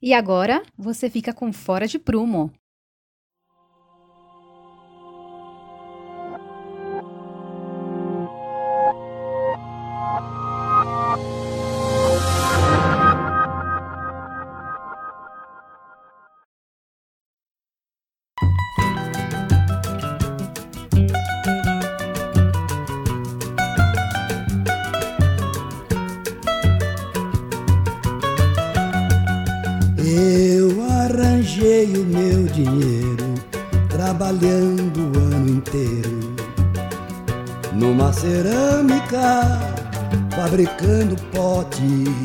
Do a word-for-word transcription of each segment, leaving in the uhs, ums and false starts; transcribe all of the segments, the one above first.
E agora, você fica com Fora de Prumo. Eu arranjei o meu dinheiro trabalhando o ano inteiro numa cerâmica, fabricando pote.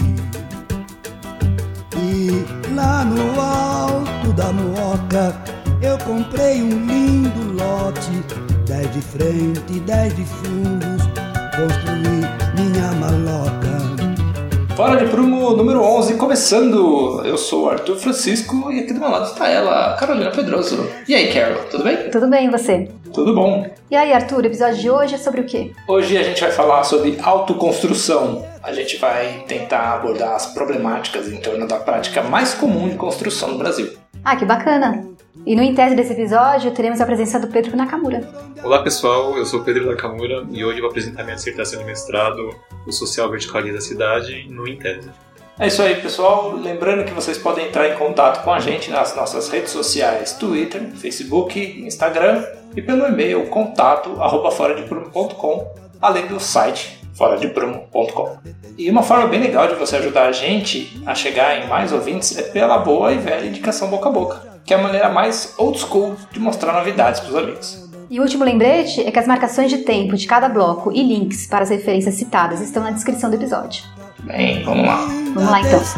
E lá no alto da Mooca eu comprei um lindo lote, dez de frente e dez de fundos, construí minha maloca. Fora de Prumo número onze, começando! Eu sou o Arthur Francisco e aqui do meu lado está ela, Carolina Pedroso. E aí, Carol, tudo bem? Tudo bem, e você? Tudo bom. E aí, Arthur, o episódio de hoje é sobre o quê? Hoje a gente vai falar sobre autoconstrução. A gente vai tentar abordar as problemáticas em torno da prática mais comum de construção no Brasil. Ah, que bacana! E no Intese desse episódio, teremos a presença do Pedro Nakamura. Olá pessoal, eu sou Pedro Nakamura e hoje vou apresentar minha dissertação de mestrado, O Social Verticaliza a Cidade, no Intese. É isso aí, pessoal. Lembrando que vocês podem entrar em contato com a gente nas nossas redes sociais, Twitter, Facebook, Instagram e pelo e-mail contato arroba fora de prumo ponto com, além do site fora de prumo ponto com. E uma forma bem legal de você ajudar a gente a chegar em mais ouvintes é pela boa e velha indicação boca a boca, que é a maneira mais old school de mostrar novidades para os amigos. E o último lembrete é que as marcações de tempo de cada bloco e links para as referências citadas estão na descrição do episódio. Bem, vamos lá. Vamos lá então.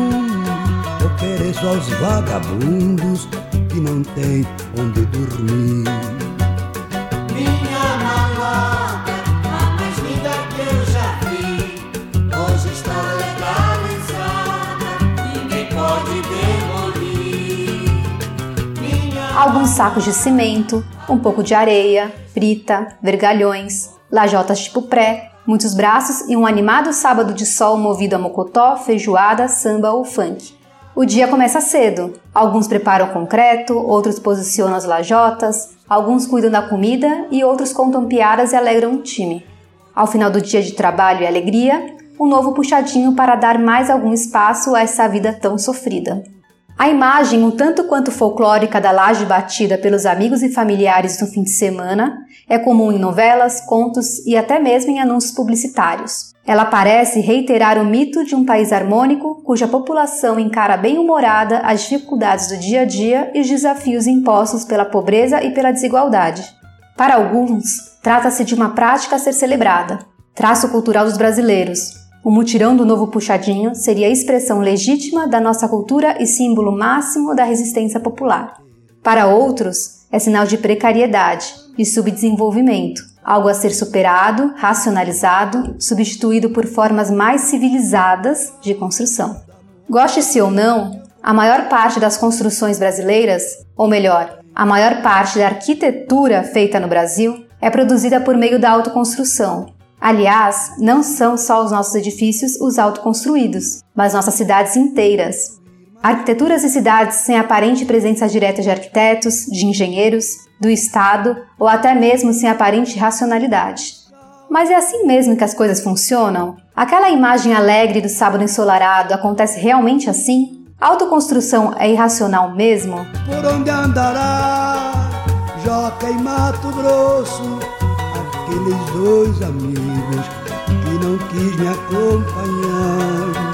Ofereço aos vagabundos que não tem onde dormir. Minha maloca, a mais linda que eu já vi, hoje está legalizada, ninguém pode demolir. Minha Alguns sacos de cimento, um pouco de areia, brita, vergalhões, lajotas tipo pré, muitos braços e um animado sábado de sol movido a mocotó, feijoada, samba ou funk. O dia começa cedo. Alguns preparam o concreto, outros posicionam as lajotas, alguns cuidam da comida e outros contam piadas e alegram o time. Ao final do dia de trabalho e alegria, um novo puxadinho para dar mais algum espaço a essa vida tão sofrida. A imagem, um tanto quanto folclórica da laje batida pelos amigos e familiares no fim de semana, é comum em novelas, contos e até mesmo em anúncios publicitários. Ela parece reiterar o mito de um país harmônico cuja população encara bem-humorada as dificuldades do dia a dia e os desafios impostos pela pobreza e pela desigualdade. Para alguns, trata-se de uma prática a ser celebrada, traço cultural dos brasileiros. O mutirão do novo puxadinho seria a expressão legítima da nossa cultura e símbolo máximo da resistência popular. Para outros, é sinal de precariedade e subdesenvolvimento, algo a ser superado, racionalizado, substituído por formas mais civilizadas de construção. Goste-se ou não, a maior parte das construções brasileiras, ou melhor, a maior parte da arquitetura feita no Brasil, é produzida por meio da autoconstrução. Aliás, não são só os nossos edifícios os autoconstruídos, mas nossas cidades inteiras. Arquiteturas e cidades sem aparente presença direta de arquitetos, de engenheiros, do Estado ou até mesmo sem aparente racionalidade. Mas é assim mesmo que as coisas funcionam? Aquela imagem alegre do sábado ensolarado acontece realmente assim? A autoconstrução é irracional mesmo? Por onde andará Joca e Mato Grosso, aqueles dois amigos que não quis me acompanhar,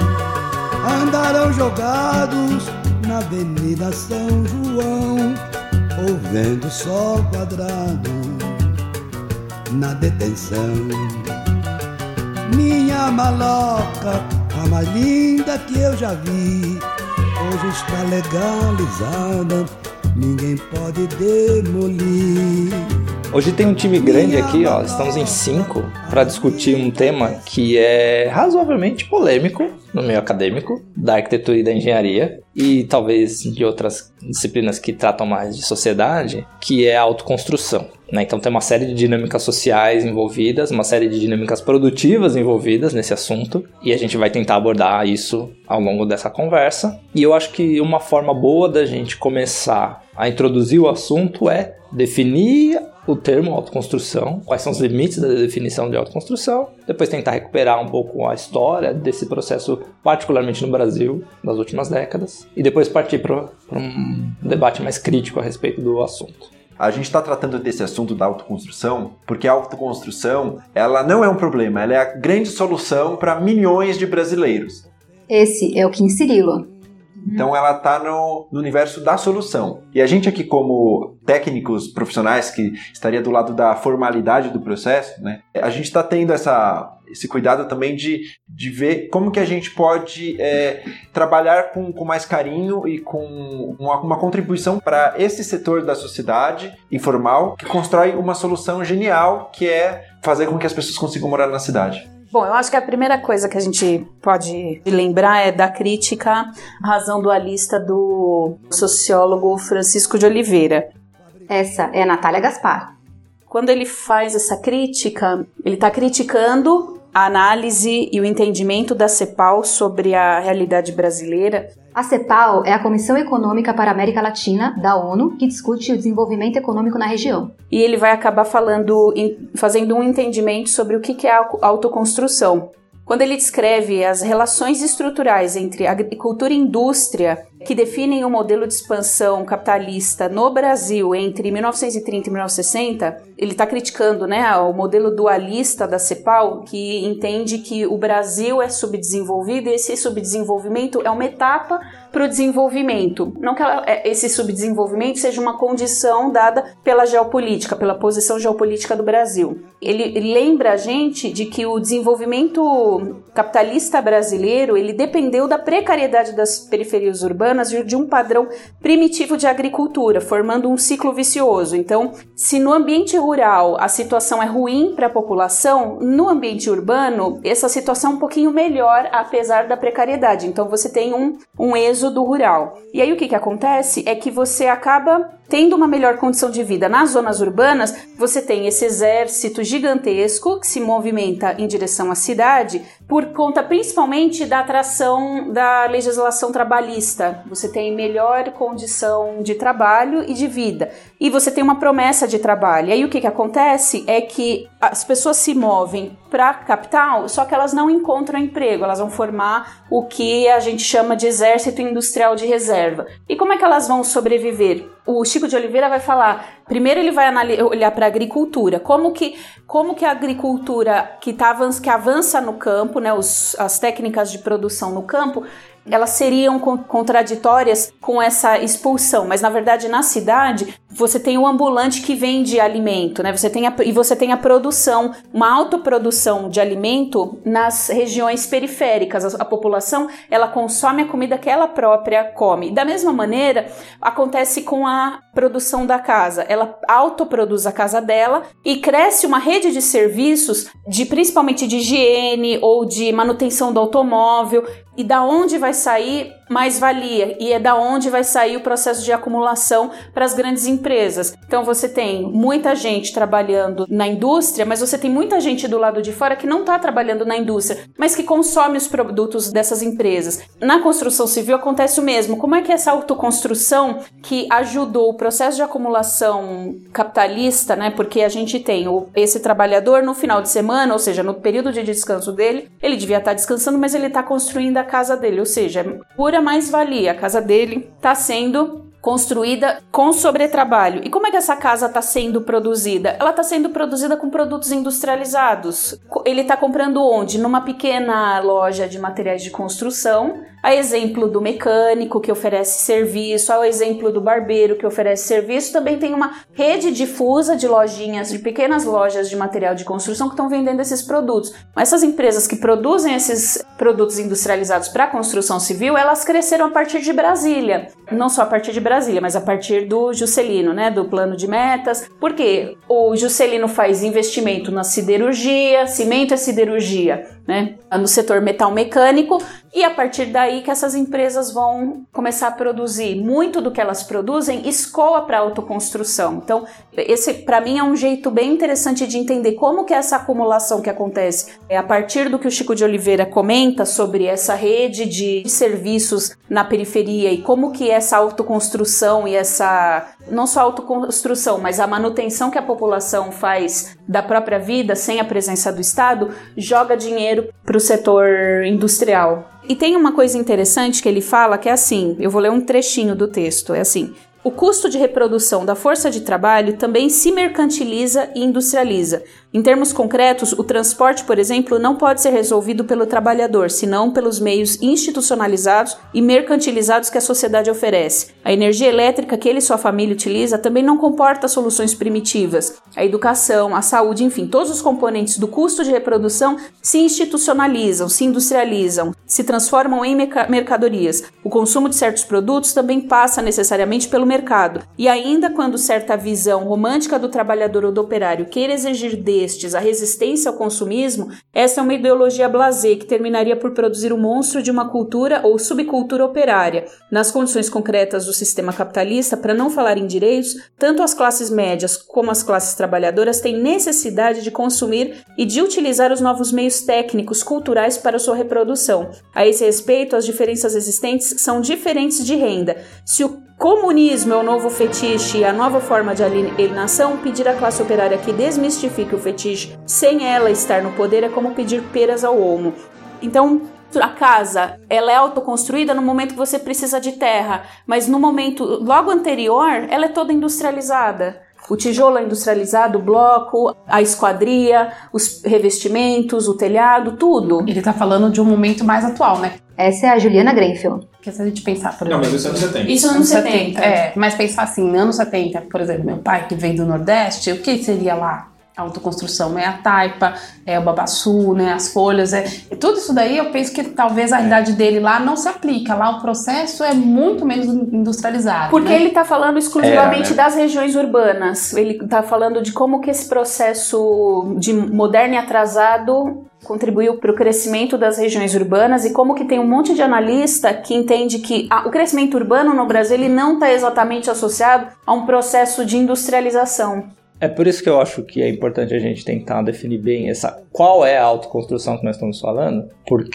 andarão jogados na Avenida São João, ou vendo sol quadrado na detenção. Minha maloca, a mais linda que eu já vi, hoje está legalizada, ninguém pode demolir. Hoje tem um time grande aqui, ó, estamos em cinco, para discutir um tema que é razoavelmente polêmico no meio acadêmico, da arquitetura e da engenharia, e talvez de outras disciplinas que tratam mais de sociedade, que é a autoconstrução. né? Então tem uma série de dinâmicas sociais envolvidas, uma série de dinâmicas produtivas envolvidas nesse assunto, e a gente vai tentar abordar isso ao longo dessa conversa. E eu acho que uma forma boa da gente começar a introduzir o assunto é definir o termo autoconstrução, quais são os limites da definição de autoconstrução, depois tentar recuperar um pouco a história desse processo, particularmente no Brasil, das últimas décadas, e depois partir para um debate mais crítico a respeito do assunto. A gente está tratando desse assunto da autoconstrução porque a autoconstrução, ela não é um problema, ela é a grande solução para milhões de brasileiros. Esse é o Kim Cirilo. Então ela está no, no universo da solução. E a gente aqui, como técnicos profissionais que estaria do lado da formalidade do processo, né, a gente está tendo essa, esse cuidado também de, de ver como que a gente pode é, trabalhar com, com mais carinho e com uma, uma contribuição para esse setor da sociedade informal que constrói uma solução genial, que é fazer com que as pessoas consigam morar na cidade. Bom, eu acho que a primeira coisa que a gente pode lembrar é da crítica à razão dualista do sociólogo Francisco de Oliveira. Essa é a Natália Gaspar. Quando ele faz essa crítica, ele está criticando a análise e o entendimento da CEPAL sobre a realidade brasileira. A CEPAL é a Comissão Econômica para a América Latina da ONU, que discute o desenvolvimento econômico na região. E ele vai acabar falando, fazendo um entendimento sobre o que é a autoconstrução. Quando ele descreve as relações estruturais entre agricultura e indústria que definem o modelo de expansão capitalista no Brasil entre mil novecentos e trinta e mil novecentos e sessenta, ele está criticando, né, o modelo dualista da CEPAL, que entende que o Brasil é subdesenvolvido e esse subdesenvolvimento é uma etapa para o desenvolvimento. Não que ela, esse subdesenvolvimento seja uma condição dada pela geopolítica, pela posição geopolítica do Brasil. Ele, ele lembra a gente de que o desenvolvimento capitalista brasileiro, ele dependeu da precariedade das periferias urbanas e de um padrão primitivo de agricultura, formando um ciclo vicioso. Então, se no ambiente rural a situação é ruim para a população, no ambiente urbano essa situação é um pouquinho melhor, apesar da precariedade. Então você tem um, um êxodo rural. E aí o que, que acontece é que você acaba tendo uma melhor condição de vida. Nas zonas urbanas, você tem esse exército gigantesco que se movimenta em direção à cidade por conta principalmente da atração da legislação trabalhista. Você tem melhor condição de trabalho e de vida. E você tem uma promessa de trabalho. E aí o que, que acontece é que as pessoas se movem para a capital, só que elas não encontram emprego. Elas vão formar o que a gente chama de exército industrial de reserva. E como é que elas vão sobreviver? O Chico de Oliveira vai falar, primeiro ele vai olhar para a agricultura, como que, como que a agricultura que, tá, que avança no campo, né, os, as técnicas de produção no campo, elas seriam contraditórias com essa expulsão, mas na verdade na cidade você tem o ambulante que vende alimento, né? Você tem a, e você tem a produção, uma autoprodução de alimento nas regiões periféricas. A, a população ela consome a comida que ela própria come. E da mesma maneira acontece com a produção da casa. Ela autoproduz a casa dela e cresce uma rede de serviços, de principalmente de higiene ou de manutenção do automóvel. E da onde vai sair mais-valia? E é da onde vai sair o processo de acumulação para as grandes empresas. Então você tem muita gente trabalhando na indústria, mas você tem muita gente do lado de fora que não está trabalhando na indústria, mas que consome os produtos dessas empresas. Na construção civil acontece o mesmo. Como é que essa autoconstrução que ajudou o processo de acumulação capitalista, né? Porque a gente tem o, esse trabalhador no final de semana, ou seja, no período de descanso dele, ele devia estar descansando, mas ele está construindo a casa dele, ou seja, é pura mais-valia. A casa dele está sendo construída com sobretrabalho. E como é que essa casa está sendo produzida? Ela está sendo produzida com produtos industrializados. Ele está comprando onde? Numa pequena loja de materiais de construção, a exemplo do mecânico que oferece serviço, ao exemplo do barbeiro que oferece serviço. Também tem uma rede difusa de lojinhas, de pequenas lojas de material de construção que estão vendendo esses produtos. Mas essas empresas que produzem esses produtos industrializados para a construção civil, elas cresceram a partir de Brasília. Não só a partir de Brasília, mas a partir do Juscelino, né, do plano de metas. Por quê? O Juscelino faz investimento na siderurgia, cimento é siderurgia. né, no setor metal mecânico, e a partir daí que essas empresas vão começar a produzir. Muito do que elas produzem escoa para a autoconstrução. Então, esse para mim é um jeito bem interessante de entender como que é essa acumulação que acontece. É a partir do que o Chico de Oliveira comenta sobre essa rede de serviços na periferia e como que essa autoconstrução e essa, não só autoconstrução, mas a manutenção que a população faz da própria vida sem a presença do Estado, joga dinheiro para o setor industrial. E tem uma coisa interessante que ele fala que é assim, eu vou ler um trechinho do texto, é assim: o custo de reprodução da força de trabalho também se mercantiliza e industrializa. Em termos concretos, o transporte, por exemplo, não pode ser resolvido pelo trabalhador, senão pelos meios institucionalizados e mercantilizados que a sociedade oferece. A energia elétrica que ele e sua família utiliza também não comporta soluções primitivas. A educação, a saúde, enfim, todos os componentes do custo de reprodução se institucionalizam, se industrializam, se transformam em merc- mercadorias. O consumo de certos produtos também passa necessariamente pelo mercado. E ainda quando certa visão romântica do trabalhador ou do operário queira exigir destes a resistência ao consumismo, essa é uma ideologia blasé que terminaria por produzir o monstro de uma cultura ou subcultura operária. Nas condições concretas do sistema capitalista, para não falar em direitos, tanto as classes médias como as classes trabalhadoras têm necessidade de consumir e de utilizar os novos meios técnicos, culturais para sua reprodução. A esse respeito, as diferenças existentes são diferentes de renda. Se o comunismo é o novo fetiche e a nova forma de alienação, pedir à classe operária que desmistifique o fetiche sem ela estar no poder é como pedir peras ao olmo. Então, a casa, ela é autoconstruída no momento que você precisa de terra, mas no momento logo anterior, ela é toda industrializada. O tijolo é industrializado, o bloco, a esquadria, os revestimentos, o telhado, tudo. Ele tá falando de um momento mais atual, né? Essa é a Juliana Grenfell. Porque se a gente pensar, por Não, exemplo... mas isso é anos setenta. Isso é anos setenta. É, mas pensar assim, anos setenta, por exemplo, meu pai que veio do Nordeste, o que seria lá? A autoconstrução, é a taipa, é o babaçu, né, as folhas, é tudo isso daí. Eu penso que talvez a realidade dele lá não se aplica. Lá o processo é muito menos industrializado. Porque né? ele está falando exclusivamente Era, né? das regiões urbanas. Ele está falando de como que esse processo de moderno e atrasado contribuiu para o crescimento das regiões urbanas e como que tem um monte de analista que entende que ah, o crescimento urbano no Brasil ele não está exatamente associado a um processo de industrialização. É por isso que eu acho que é importante a gente tentar definir bem essa, qual é a autoconstrução que nós estamos falando,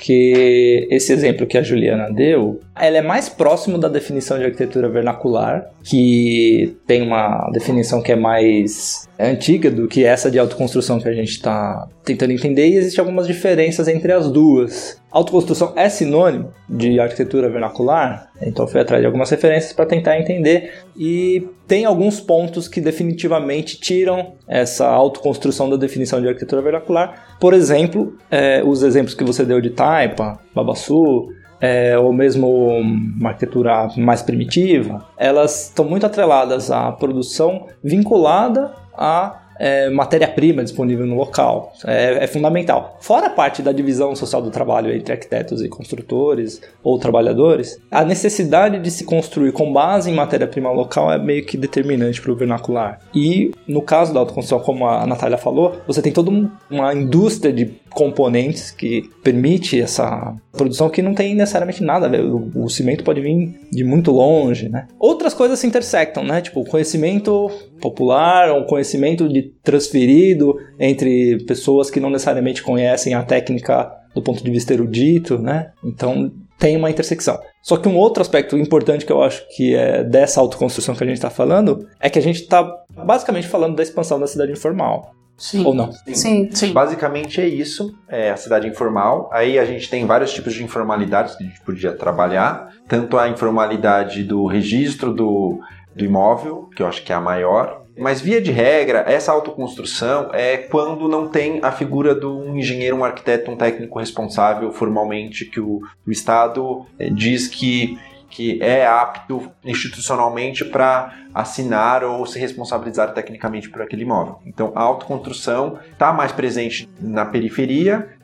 porque esse exemplo que a Juliana deu, ela é mais próximo da definição de arquitetura vernacular, que tem uma definição que é mais antiga do que essa de autoconstrução que a gente está tentando entender, e existem algumas diferenças entre as duas. Autoconstrução é sinônimo de arquitetura vernacular, então fui atrás de algumas referências para tentar entender, e tem alguns pontos que definitivamente tiram essa autoconstrução da definição de arquitetura vernacular. Por exemplo, é, os exemplos que você deu de taipa, babaçu, é, ou mesmo uma arquitetura mais primitiva, elas estão muito atreladas à produção vinculada a É, matéria-prima disponível no local. É, é fundamental. Fora a parte da divisão social do trabalho entre arquitetos e construtores ou trabalhadores, a necessidade de se construir com base em matéria-prima local é meio que determinante para o vernacular. E no caso da autoconstrução, como a Natália falou, você tem toda uma indústria de componentes que permite essa produção que não tem necessariamente nada a ver. O, o cimento pode vir de muito longe, né? Outras coisas se intersectam, né? Tipo, conhecimento popular, um conhecimento de transferido entre pessoas que não necessariamente conhecem a técnica do ponto de vista erudito, né? Então tem uma intersecção. Só que um outro aspecto importante que eu acho que é dessa autoconstrução que a gente está falando é que a gente está basicamente falando da expansão da cidade informal. Sim. Ou não? Sim, sim. Basicamente é isso, é a cidade informal. Aí a gente tem vários tipos de informalidades que a gente podia trabalhar. Tanto a informalidade do registro do, do imóvel, que eu acho que é a maior. Mas via de regra, essa autoconstrução é quando não tem a figura de um engenheiro, um arquiteto, um técnico responsável formalmente, que o, o Estado é, diz que, que é apto institucionalmente para assinar ou se responsabilizar tecnicamente por aquele imóvel. Então a autoconstrução está mais presente na periferia,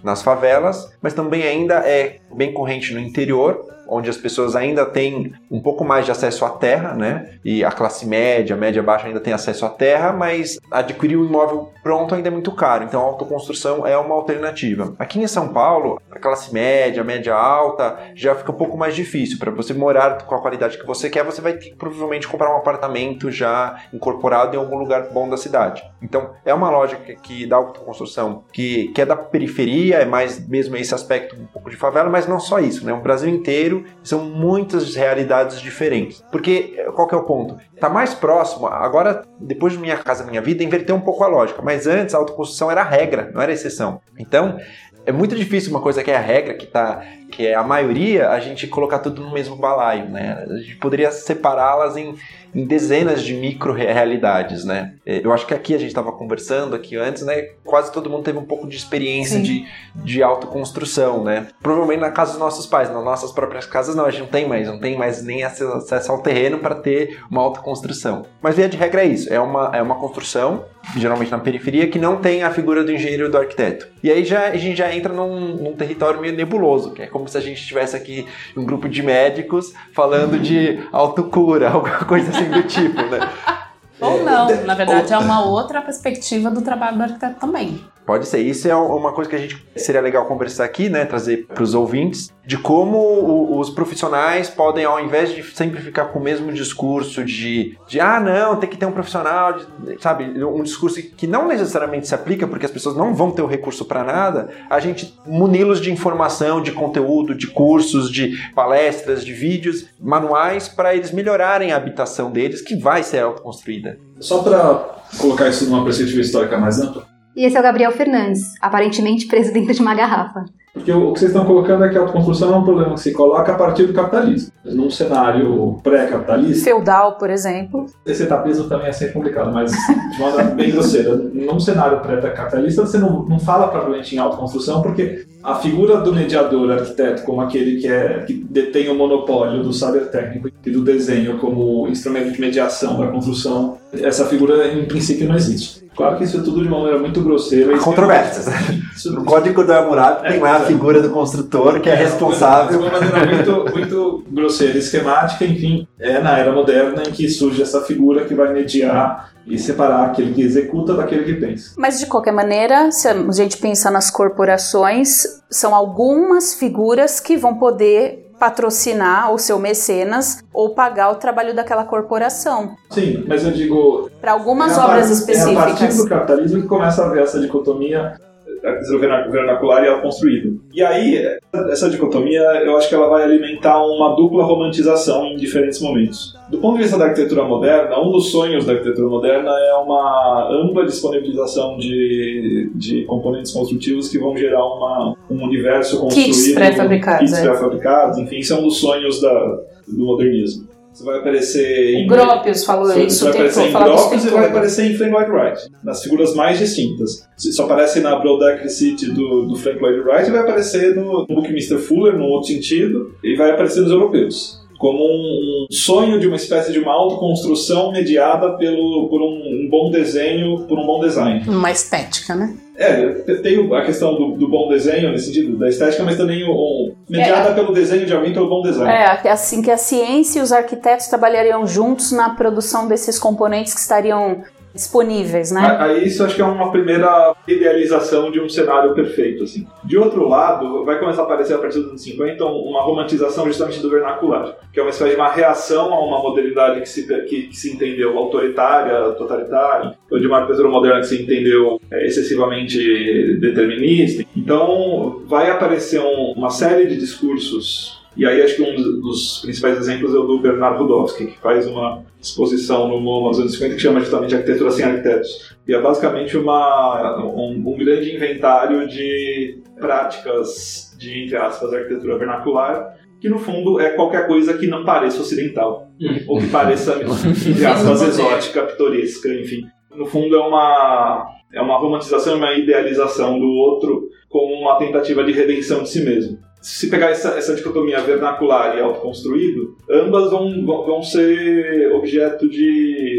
nas favelas, mas também ainda é bem corrente no interior, onde as pessoas ainda têm um pouco mais de acesso à terra, né? E a classe média, média baixa ainda tem acesso à terra, mas adquirir um imóvel pronto ainda é muito caro. Então a autoconstrução é uma alternativa. Aqui em São Paulo, a classe média, média alta, já fica um pouco mais difícil. Para você morar com a qualidade que você quer, você vai ter que provavelmente comprar um apartamento já incorporado em algum lugar bom da cidade. Então é uma lógica que da autoconstrução que, que é da periferia, é mais mesmo esse aspecto um pouco de favela, mas não só isso, né? O Brasil inteiro são muitas realidades diferentes. Porque, qual que é o ponto? Está mais próximo, agora, depois de Minha Casa Minha Vida, inverteu um pouco a lógica, mas antes a autoconstrução era a regra, não era a exceção. Então, é muito difícil uma coisa que é a regra, que, tá, que é a maioria, a gente colocar tudo no mesmo balaio, né? A gente poderia separá-las em, em dezenas de micro-realidades, né? Eu acho que aqui a gente estava conversando aqui antes, né? Quase todo mundo teve um pouco de experiência de, de autoconstrução, né? Provavelmente na casa dos nossos pais, nas nossas próprias casas não, a gente não tem mais, não tem mais nem acesso ao terreno para ter uma autoconstrução. Mas via de regra é isso, é uma, é uma construção, geralmente na periferia, que não tem a figura do engenheiro e do arquiteto. E aí já, a gente já entra num, num território meio nebuloso, que é como se a gente tivesse aqui um grupo de médicos falando de autocura, alguma coisa assim do tipo, né? Ou não, na verdade é uma outra perspectiva do trabalho do arquiteto também. Pode ser. Isso é uma coisa que a gente seria legal conversar aqui, né? Trazer para os ouvintes, de como o, os profissionais podem, ao invés de sempre ficar com o mesmo discurso de, de ah, não, tem que ter um profissional, de, sabe? Um discurso que não necessariamente se aplica, porque as pessoas não vão ter o recurso para nada, a gente muni-los de informação, de conteúdo, de cursos, de palestras, de vídeos, manuais, para eles melhorarem a habitação deles, que vai ser autoconstruída. Só para colocar isso numa perspectiva histórica mais ampla, e esse é o Gabriel Fernandes, aparentemente preso dentro de uma garrafa. porque o que vocês estão colocando é que a autoconstrução é um problema que se coloca a partir do capitalismo. Num cenário pré-capitalista... Feudal, por exemplo. Esse etapismo também é sempre complicado, mas de uma maneira bem grosseira. Num cenário pré-capitalista, você não, não fala propriamente em autoconstrução, porque a figura do mediador arquiteto como aquele que, é, que detém o monopólio do saber técnico e do desenho como instrumento de mediação da construção, essa figura, em princípio, não existe. Claro que isso é tudo de uma maneira muito grosseira. Há controvérsias. No Código do Hammurabi tem lá a figura do construtor que é, é responsável. De uma maneira muito, muito grosseira, esquemática, enfim, é na era moderna em que surge essa figura que vai mediar e separar aquele que executa daquele que pensa. Mas, de qualquer maneira, se a gente pensa nas corporações, são algumas figuras que vão poder patrocinar ou ser o mecenas ou pagar o trabalho daquela corporação. Sim, mas eu digo... Para algumas é obras parte, específicas. É a partir do capitalismo que começa a haver essa dicotomia vernacular e autoconstruído. E aí, essa dicotomia, eu acho que ela vai alimentar uma dupla romantização em diferentes momentos. Do ponto de vista da arquitetura moderna, um dos sonhos da arquitetura moderna é uma ampla disponibilização de, de componentes construtivos que vão gerar uma, um universo construído... Kits pré-fabricados. Kits pré-fabricados, enfim, isso é um dos sonhos da, do modernismo. Você vai aparecer em... O Gropius falou Você isso. vai aparecer em Gropius e vai todo. aparecer em Frank Lloyd Wright, nas figuras mais distintas. Isso aparece na Broadacre City do, do Frank Lloyd Wright e vai aparecer no Buckminster Fuller, num outro sentido, e vai aparecer nos europeus. Como um sonho de uma espécie de uma autoconstrução mediada pelo, por um, um bom desenho, por um bom design. Uma estética, né? É, tem a questão do, do bom desenho, nesse sentido, da estética, mas também o, o, mediada é, pelo desenho de alguém pelo bom design. É, assim que a ciência e os arquitetos trabalhariam juntos na produção desses componentes que estariam disponíveis, né? Aí isso acho que é uma primeira idealização de um cenário perfeito, assim. De outro lado, vai começar a aparecer a partir dos anos cinquenta uma romantização justamente do vernacular, que é uma espécie de uma reação a uma modernidade que se, que, que se entendeu autoritária, totalitária, ou de uma arquitetura moderna que se entendeu é, excessivamente determinista. Então, vai aparecer um, uma série de discursos. E aí acho que um dos principais exemplos é o do Bernard Rudowski, que faz uma exposição no MoMA nos anos cinquenta que chama justamente Arquitetura Sem Arquitetos. E é basicamente uma, um, um grande inventário de práticas de, entre aspas, arquitetura vernacular, que no fundo é qualquer coisa que não pareça ocidental, ou que pareça, entre aspas, exótica, pitoresca, enfim. No fundo é uma, é uma romantização, uma idealização do outro como uma tentativa de redenção de si mesmo. Se pegar essa, essa dicotomia vernacular e autoconstruído, ambas vão, vão, vão ser objeto de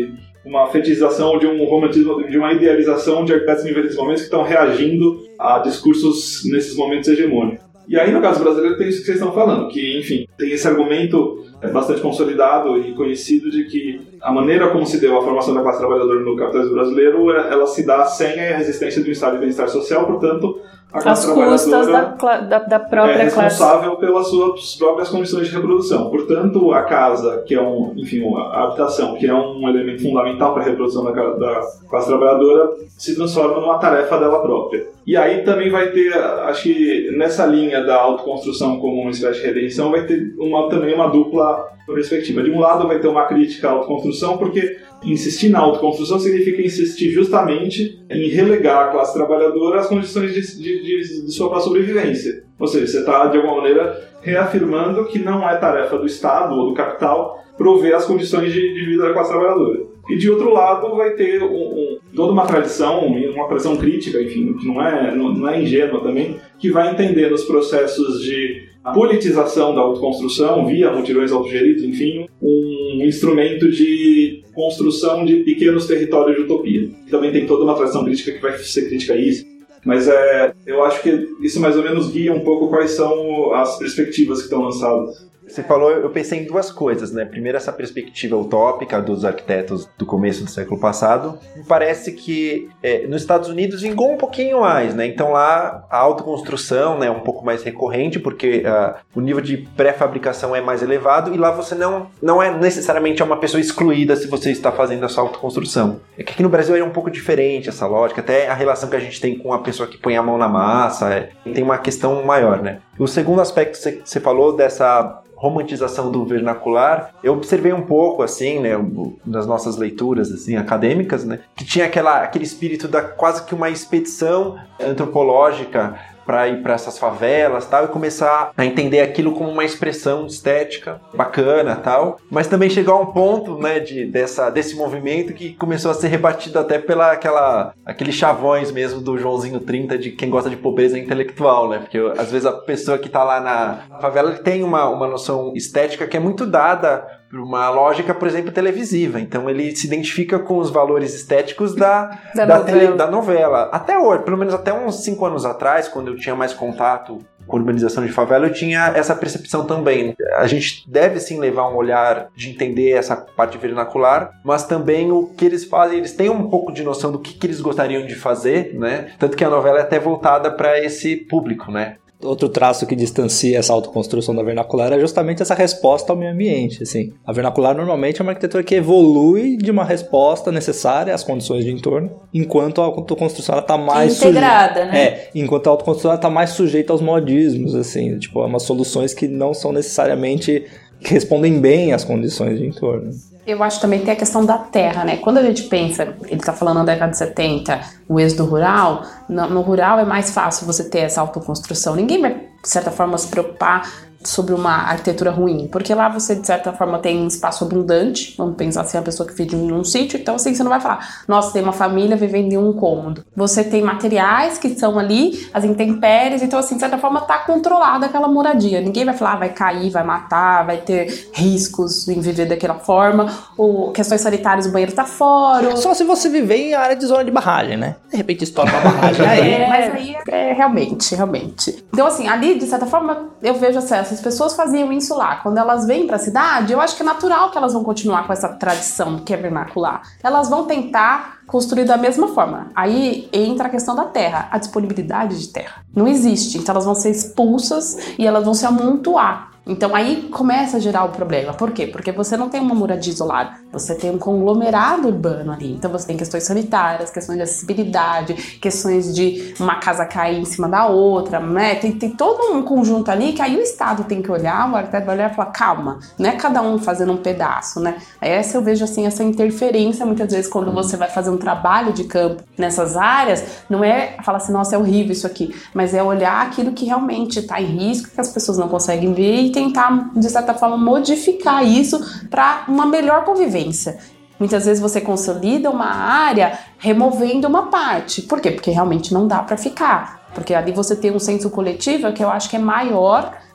uma fetichização, de um romantismo, de uma idealização de arquitetos em diferentes momentos que estão reagindo a discursos nesses momentos hegemônicos. E aí, no caso brasileiro, tem isso que vocês estão falando, que, enfim, tem esse argumento bastante consolidado e conhecido de que a maneira como se deu a formação da classe trabalhadora no capitalismo brasileiro, ela se dá sem a resistência do estado de bem-estar social, portanto, a classe As custas da, da, da própria é responsável classe. pelas suas próprias condições de reprodução. Portanto, a casa, que é um, enfim, a habitação, que é um elemento fundamental para a reprodução da, da classe trabalhadora, se transforma numa tarefa dela própria. E aí também vai ter, acho que nessa linha da autoconstrução como uma espécie de redenção, vai ter uma, também uma dupla perspectiva. De um lado vai ter uma crítica à autoconstrução, porque insistir na autoconstrução significa insistir justamente em relegar a classe trabalhadora às condições de, de, de, de sua própria sobrevivência. Ou seja, você está, de alguma maneira, reafirmando que não é tarefa do Estado ou do capital prover as condições de, de vida da classe trabalhadora. E, de outro lado, vai ter um, um, toda uma tradição, uma pressão crítica, enfim, que não é, não, não é ingênua também, que vai entender nos processos de politização da autoconstrução, via mutirões autogeridos, enfim, um instrumento de construção de pequenos territórios de utopia. Também tem toda uma tradição crítica que vai ser crítica a isso. Mas é, eu acho que isso mais ou menos guia um pouco quais são as perspectivas que estão lançadas. Você falou, eu pensei em duas coisas, né? Primeiro, essa perspectiva utópica dos arquitetos do começo do século passado. Me parece que é, nos Estados Unidos vingou um pouquinho mais, né? Então lá a autoconstrução, né, é um pouco mais recorrente, porque uh, o nível de pré-fabricação é mais elevado e lá você não, não é necessariamente uma pessoa excluída se você está fazendo a sua autoconstrução. É que aqui no Brasil é um pouco diferente essa lógica, até a relação que a gente tem com a pessoa que põe a mão na massa, é, tem uma questão maior, né? O segundo aspecto que você falou dessa romantização do vernacular, eu observei um pouco, assim, né, nas nossas leituras, assim, acadêmicas, né, que tinha aquela, aquele espírito da quase que uma expedição antropológica para ir para essas favelas, tal, e começar a entender aquilo como uma expressão estética bacana, tal, mas também chegou a um ponto, né, de, dessa, desse movimento que começou a ser rebatido até pela aquela, aqueles chavões mesmo do Joãozinho trinta de quem gosta de pobreza intelectual, né, porque às vezes a pessoa que tá lá na favela tem uma, uma noção estética que é muito dada por uma lógica, por exemplo, televisiva. Então ele se identifica com os valores estéticos da, da, da, novela. Tele, da novela. Até hoje, pelo menos até uns cinco anos atrás, quando eu tinha mais contato com urbanização de favela, eu tinha essa percepção também. A gente deve sim levar um olhar de entender essa parte vernacular, mas também o que eles fazem, eles têm um pouco de noção do que, que eles gostariam de fazer, né? Tanto que a novela é até voltada para esse público, né? Outro traço que distancia essa autoconstrução da vernacular é justamente essa resposta ao meio ambiente. Assim. A vernacular normalmente é uma arquitetura que evolui de uma resposta necessária às condições de entorno, enquanto a autoconstrução está mais integrada, suje... né? É, enquanto a autoconstrução está mais sujeita aos modismos, assim, tipo, umas soluções que não são necessariamente que respondem bem às condições de entorno. Eu acho também que tem a questão da terra, né? Quando a gente pensa, ele tá falando na década de setenta, o êxodo rural, no, no rural é mais fácil você ter essa autoconstrução. Ninguém vai, de certa forma, se preocupar sobre uma arquitetura ruim, porque lá você, de certa forma, tem um espaço abundante, vamos pensar assim, a pessoa que vive num sítio, então assim, você não vai falar, nossa, tem uma família vivendo em um cômodo. Você tem materiais que são ali, as intempéries, então assim, de certa forma, tá controlada aquela moradia. Ninguém vai falar, ah, vai cair, vai matar, vai ter riscos em viver daquela forma, ou questões sanitárias, o banheiro tá fora. Só se você viver em área de zona de barragem, né? De repente estoura uma barragem aí. É, mas aí é, é realmente, realmente. Então assim, ali, de certa forma, eu vejo assim, as pessoas faziam isso lá. Quando elas vêm pra cidade, eu acho que é natural que elas vão continuar com essa tradição que é vernacular. Elas vão tentar construir da mesma forma. Aí entra a questão da terra, a disponibilidade de terra. Não existe. Então elas vão ser expulsas e elas vão se amontoar. Então aí começa a gerar o problema. Por quê? Porque você não tem uma moradia isolada, você tem um conglomerado urbano ali. Então você tem questões sanitárias, questões de acessibilidade, questões de uma casa cair em cima da outra, né? Tem, tem todo um conjunto ali que aí o Estado tem que olhar, o arquiteto vai olhar e falar, calma, não é cada um fazendo um pedaço, né? Essa eu vejo assim, essa interferência muitas vezes quando você vai fazer um trabalho de campo nessas áreas, não é falar assim, nossa, é horrível isso aqui, mas é olhar aquilo que realmente está em risco, que as pessoas não conseguem ver e tentar, de certa forma, modificar isso para uma melhor convivência. Muitas vezes você consolida uma área removendo uma parte. Por quê? Porque realmente não dá para ficar. Porque ali você tem um senso coletivo que eu acho que é maior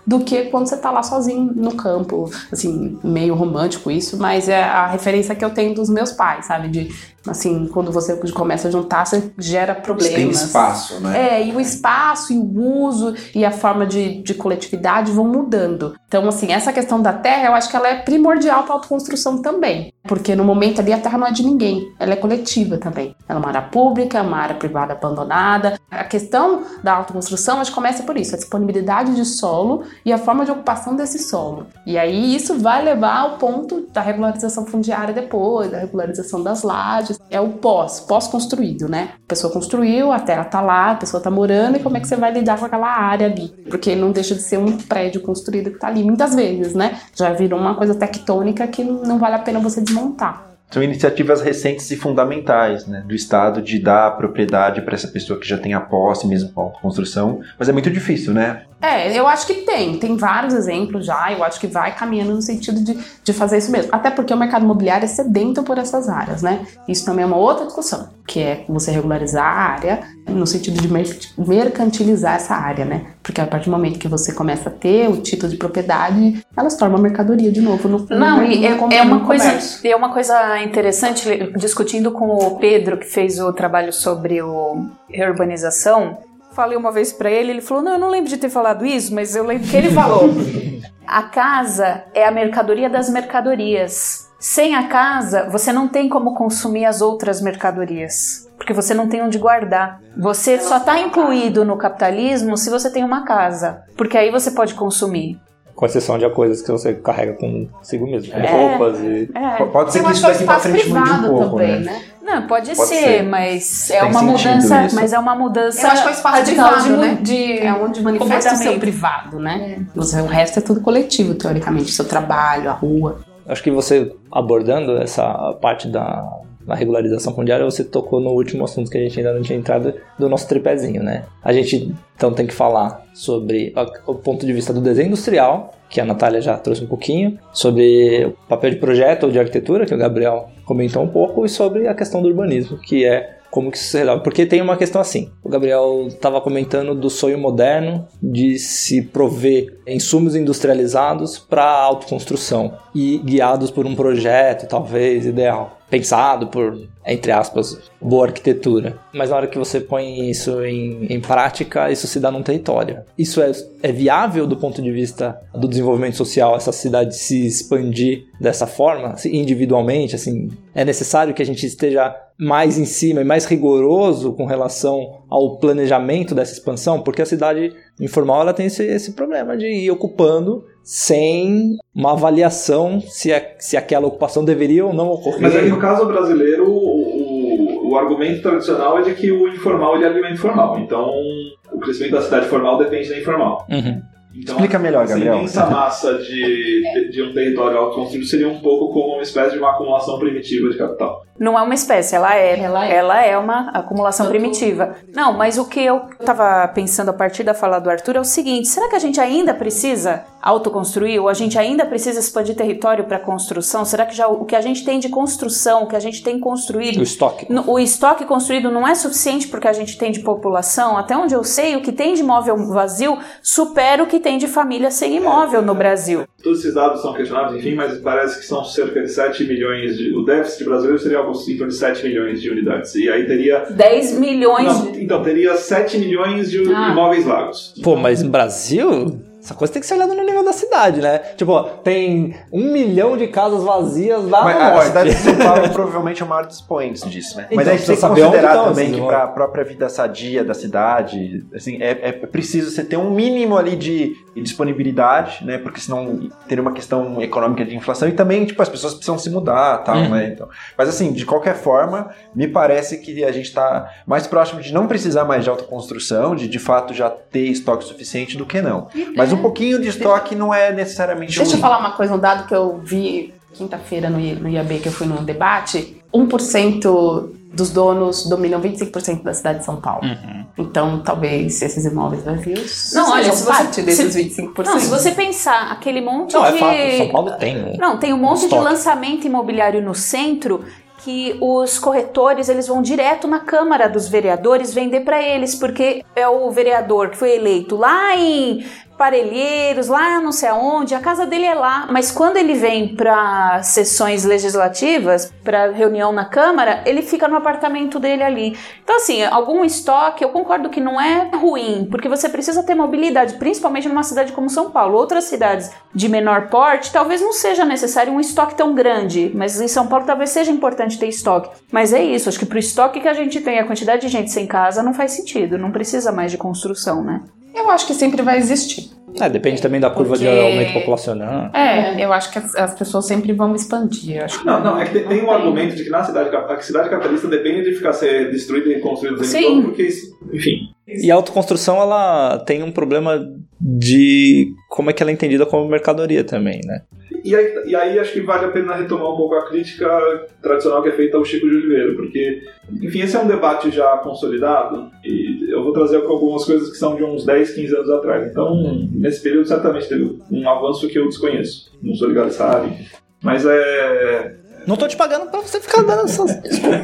do que quando você tá lá sozinho no campo, assim, meio romântico isso, mas é a referência que eu tenho dos meus pais, sabe, de, assim, quando você começa a juntar, você gera problemas. Tem espaço, né? É, e o espaço, e o uso, e a forma de, de coletividade vão mudando. Então, assim, essa questão da terra, eu acho que ela é primordial para a autoconstrução também, porque no momento ali a terra não é de ninguém, ela é coletiva também. Ela é uma área pública, uma área privada abandonada. A questão da autoconstrução, acho que começa por isso, a disponibilidade de solo e a forma de ocupação desse solo. E aí isso vai levar ao ponto da regularização fundiária depois, da regularização das lajes. É o pós, pós-construído, né? A pessoa construiu, a terra tá lá, a pessoa tá morando, e como é que você vai lidar com aquela área ali? Porque não deixa de ser um prédio construído que tá ali, muitas vezes, né? Já virou uma coisa tectônica que não vale a pena você desmontar. São iniciativas recentes e fundamentais, né, do Estado de dar propriedade para essa pessoa que já tem a posse, mesmo com a autoconstrução, mas é muito difícil, né? É, eu acho que tem, tem vários exemplos já, eu acho que vai caminhando no sentido de, de fazer isso mesmo, até porque o mercado imobiliário é sedento por essas áreas, né? Isso também é uma outra discussão, que é você regularizar a área no sentido de mercantilizar essa área, né? Porque a partir do momento que você começa a ter o título de propriedade, ela se torna uma mercadoria de novo. No, Não, no, e no, é, é, uma coisa, comércio. é uma coisa interessante, discutindo com o Pedro, que fez o trabalho sobre o reurbanização. Falei uma vez pra ele, ele falou, não, eu não lembro de ter falado isso, mas eu lembro que ele falou. A casa é a mercadoria das mercadorias. Sem a casa, você não tem como consumir as outras mercadorias, porque você não tem onde guardar. Você só está incluído no capitalismo se você tem uma casa, porque aí você pode consumir. Com exceção de coisas que você carrega consigo mesmo, como É, roupas e... É. Pode ser Eu que acho isso que é daqui pra frente mude um pouco, também, né? né? Não, pode, Pode ser, ser. mas é Tem uma sentido mudança, isso. mas é uma mudança Eu acho que é o espaço radical privado, de, né? de É onde manifesta o seu comportamento. privado, né? O resto é tudo coletivo, teoricamente. Seu trabalho, a rua. Acho que você, abordando essa parte da, da regularização fundiária, você tocou no último assunto que a gente ainda não tinha entrado, do nosso tripézinho, né? A gente, então, tem que falar sobre o ponto de vista do desenho industrial, que a Natália já trouxe um pouquinho, sobre o papel de projeto ou de arquitetura, que o Gabriel comentou um pouco, e sobre a questão do urbanismo, que é como que isso se resolve. Porque tem uma questão assim, o Gabriel estava comentando do sonho moderno de se prover insumos industrializados para a autoconstrução e guiados por um projeto, talvez, ideal, pensado por, entre aspas, boa arquitetura. Mas na hora que você põe isso em, em prática, isso se dá num território. Isso é, é viável do ponto de vista do desenvolvimento social, essa cidade se expandir dessa forma, individualmente, assim, é necessário que a gente esteja mais em cima e mais rigoroso com relação ao planejamento dessa expansão, porque a cidade informal ela tem esse, esse problema de ir ocupando sem uma avaliação se, a, se aquela ocupação deveria ou não ocorrer. Mas aí no caso brasileiro, o, o, o argumento tradicional é de que o informal ele é alimento formal. Então, o crescimento da cidade formal depende da informal. Uhum. Então, Explica melhor, Gabriel. Essa imensa massa de, de um território autoconstruído seria um pouco como uma espécie de uma acumulação primitiva de capital. Não é uma espécie, ela é, Ela é. ela é uma acumulação primitiva. Não, mas o que eu estava pensando a partir da fala do Arthur é o seguinte, será que a gente ainda precisa autoconstruir ou a gente ainda precisa expandir território para construção? Será que já o que a gente tem de construção, o que a gente tem construído... O estoque. No, o estoque construído não é suficiente porque a gente tem de população? Até onde eu sei, o que tem de imóvel vazio supera o que tem de família sem imóvel no Brasil. Todos esses dados são questionados, enfim, mas parece que são cerca de sete milhões de... O déficit brasileiro seria algo em torno de sete milhões de unidades. E aí teria... dez milhões... Não, então, teria sete milhões de Ah. imóveis vagos. Pô, mas no Brasil... Essa coisa tem que ser olhada no nível da cidade, né? Tipo, tem um milhão de casas vazias lá Mas no a norte. cidade de São Paulo provavelmente é o maior dos expoentes disso, né? Então, Mas a gente tem que precisa saber onde considerar estão também esses que imóveis. para a própria vida sadia da cidade, assim, é, é preciso você ter um mínimo ali de disponibilidade, né? Porque senão teria uma questão econômica de inflação e também, tipo, as pessoas precisam se mudar, tal, Uhum. né? Então, mas assim, de qualquer forma, me parece que a gente está mais próximo de não precisar mais de autoconstrução, de de fato já ter estoque suficiente do que não. Mas um pouquinho de estoque não é necessariamente Deixa eu ruim. falar uma coisa, um dado que eu vi quinta-feira no, I- no I A B, que eu fui num debate. um por cento dos donos dominam vinte e cinco por cento da cidade de São Paulo. Uhum. Então, talvez esses imóveis vazios Não, olha, sejam se você- parte desses se- vinte e cinco por cento. Não, se você pensar aquele monte Não, de... é fato, São Paulo tem um Não, tem um monte de estoque. lançamento imobiliário no centro que os corretores eles vão direto na Câmara dos Vereadores vender para eles, porque é o vereador que foi eleito lá em Parelheiros, lá não sei aonde, a casa dele é lá. Mas quando ele vem para sessões legislativas, para reunião na Câmara, ele fica no apartamento dele ali. Então, assim, algum estoque, eu concordo que não é ruim, porque você precisa ter mobilidade, principalmente numa cidade como São Paulo. Outras cidades de menor porte, talvez não seja necessário um estoque tão grande, mas em São Paulo talvez seja importante ter estoque. Mas é isso, acho que pro estoque que a gente tem, a quantidade de gente sem casa, não faz sentido, não precisa mais de construção, né? Eu acho que sempre vai existir. É, depende também da curva Porque... de aumento populacional. É, eu acho que as, as pessoas sempre vão expandir. Eu acho que não, não, é que tem, tem um argumento de que na cidade, a cidade capitalista depende de ficar ser destruída e construída em torno, porque isso, enfim. E a autoconstrução, ela tem um problema de como é que ela é entendida como mercadoria também, né? E aí, e aí acho que vale a pena retomar um pouco a crítica tradicional que é feita ao Chico de Oliveira, porque, enfim, esse é um debate já consolidado e eu vou trazer algumas coisas que são de uns dez, quinze anos atrás. Então, nesse período, certamente teve um avanço que eu desconheço. Não sou ligado a área, mas é... Não tô te pagando pra você ficar dando essas...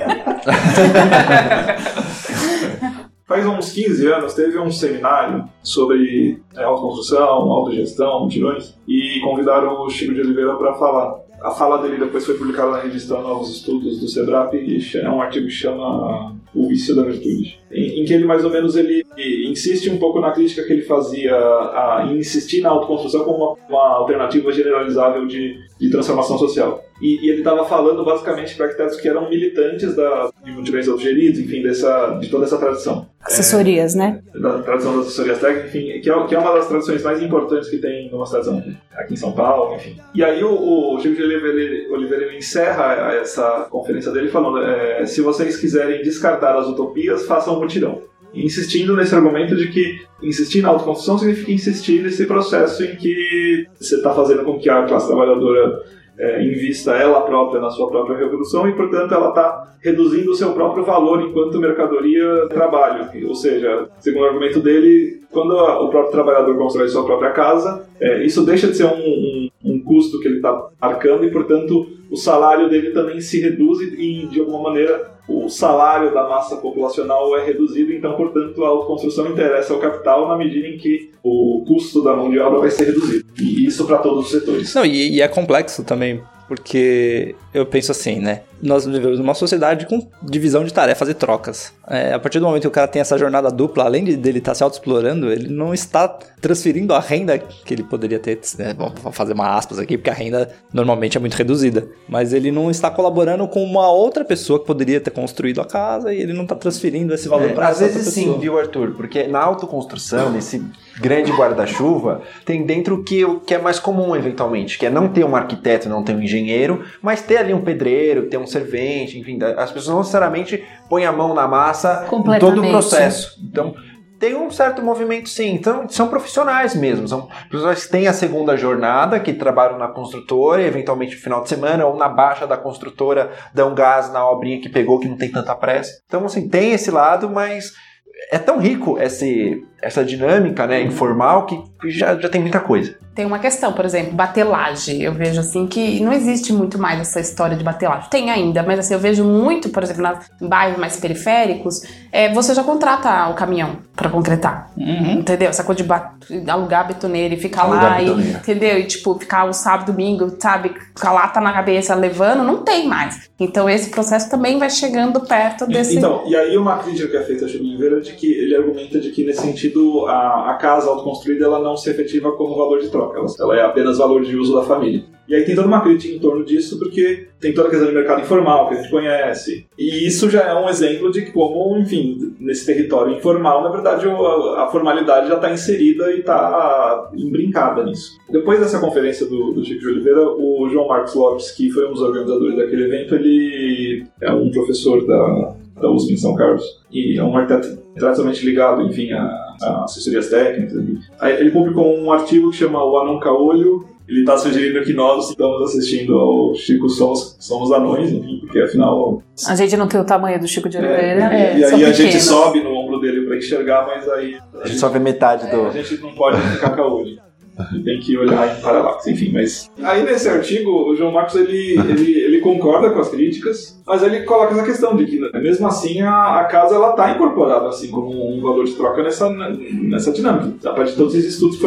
Faz uns quinze anos teve um seminário sobre é, autoconstrução, autogestão, mutirões, e convidaram o Chico de Oliveira para falar. A fala dele depois foi publicada na revista Novos Estudos do SEBRAP e é um artigo que chama O Vício da Virtude, em, em que ele mais ou menos ele insiste um pouco na crítica que ele fazia a, em insistir na autoconstrução como uma, uma alternativa generalizável de, de transformação social. E, e ele estava falando basicamente para arquitetos que eram militantes da, de mutirões autogeridos, enfim, dessa, de toda essa tradição. Assessorias, é, né? Da tradição das assessorias técnicas, enfim, que é, que é uma das tradições mais importantes que tem numa cidade aqui em São Paulo, enfim. E aí o, o Chico de Oliveira, Oliveira ele encerra essa conferência dele falando é, se vocês quiserem descartar as utopias, façam um mutirão. Insistindo nesse argumento de que insistir na autoconstrução significa insistir nesse processo em que você está fazendo com que a classe trabalhadora é, invista ela própria na sua própria revolução e, portanto, ela está reduzindo o seu próprio valor enquanto mercadoria trabalho. Ou seja, segundo o argumento dele, quando a, o próprio trabalhador constrói sua própria casa, é, isso deixa de ser um, um, um custo que ele está arcando e, portanto, o salário dele também se reduz e, de alguma maneira, o salário da massa populacional é reduzido, então, portanto, a autoconstrução interessa ao capital na medida em que o custo da mão de obra vai ser reduzido. E isso para todos os setores. Não, e, e é complexo também, porque eu penso assim, né? Nós vivemos numa sociedade com divisão de tarefas e trocas. É, a partir do momento que o cara tem essa jornada dupla, além de dele estar se autoexplorando, ele não está transferindo a renda que ele poderia ter, né? Vamos fazer uma aspas aqui, porque a renda normalmente é muito reduzida, mas ele não está colaborando com uma outra pessoa que poderia ter construído a casa e ele não está transferindo esse valor é, para essa outra pessoa. Às vezes sim, viu, Arthur? Porque na autoconstrução, nesse grande guarda-chuva, tem dentro o que, o que é mais comum, eventualmente, que é não ter um arquiteto, não ter um engenheiro, mas ter ali um pedreiro, ter um servente, enfim, as pessoas não necessariamente põem a mão na massa em todo o processo. Então, tem um certo movimento, sim. Então, são profissionais mesmo. São pessoas que têm a segunda jornada, que trabalham na construtora, e eventualmente no final de semana, ou na baixa da construtora, dão gás na obrinha que pegou, que não tem tanta pressa. Então, assim, tem esse lado, mas é tão rico esse, essa dinâmica, né, informal, que já, já tem muita coisa. Tem uma questão, por exemplo, batelagem. Eu vejo assim que não existe muito mais essa história de batelagem. Tem ainda, mas assim, eu vejo muito, por exemplo, nas, em bairros mais periféricos, é, você já contrata o caminhão pra concretar. Uhum. Entendeu? Essa coisa de bat- alugar betoneira e ficar alugar lá, e, entendeu? E tipo, ficar o sábado, domingo, sabe, com a lata na cabeça levando, não tem mais. Então esse processo também vai chegando perto desse... Então, e aí uma crítica que é feita a Chico de Oliveira de que ele argumenta de que nesse sentido a, a casa autoconstruída ela não se efetiva como valor de troca. Ela, ela é apenas valor de uso da família. E aí tem toda uma crítica em torno disso, porque tem toda a questão de mercado informal, que a gente conhece. E isso já é um exemplo de como, enfim, nesse território informal, na verdade, a, a formalidade já está inserida e está embrincada nisso. Depois dessa conferência do, do Chico de Oliveira, o João Marcos Lopes, que foi um dos organizadores daquele evento, ele é um professor da, da U S P em São Carlos, e é um arquiteto tradicionalmente ligado, enfim, a, a assessorias técnicas. Aí ele publicou um artigo que chama O Anão Caolho. Ele está sugerindo que nós estamos assistindo ao Chico Somos, somos Anões, enfim, porque afinal... A gente não tem o tamanho do Chico de Oliveira. É, e, e aí a gente sobe no ombro dele para enxergar, mas aí... A gente só vê metade do... É, a gente não pode ficar caolho. Tem que olhar em paralaxe, enfim, mas... Aí nesse artigo, o João Marcos, ele, ele, ele concorda com as críticas, mas ele coloca essa questão de que, mesmo assim, a, a casa, ela está incorporada, assim, como um valor de troca nessa, nessa dinâmica, a partir de todos esses estudos que foram feitos.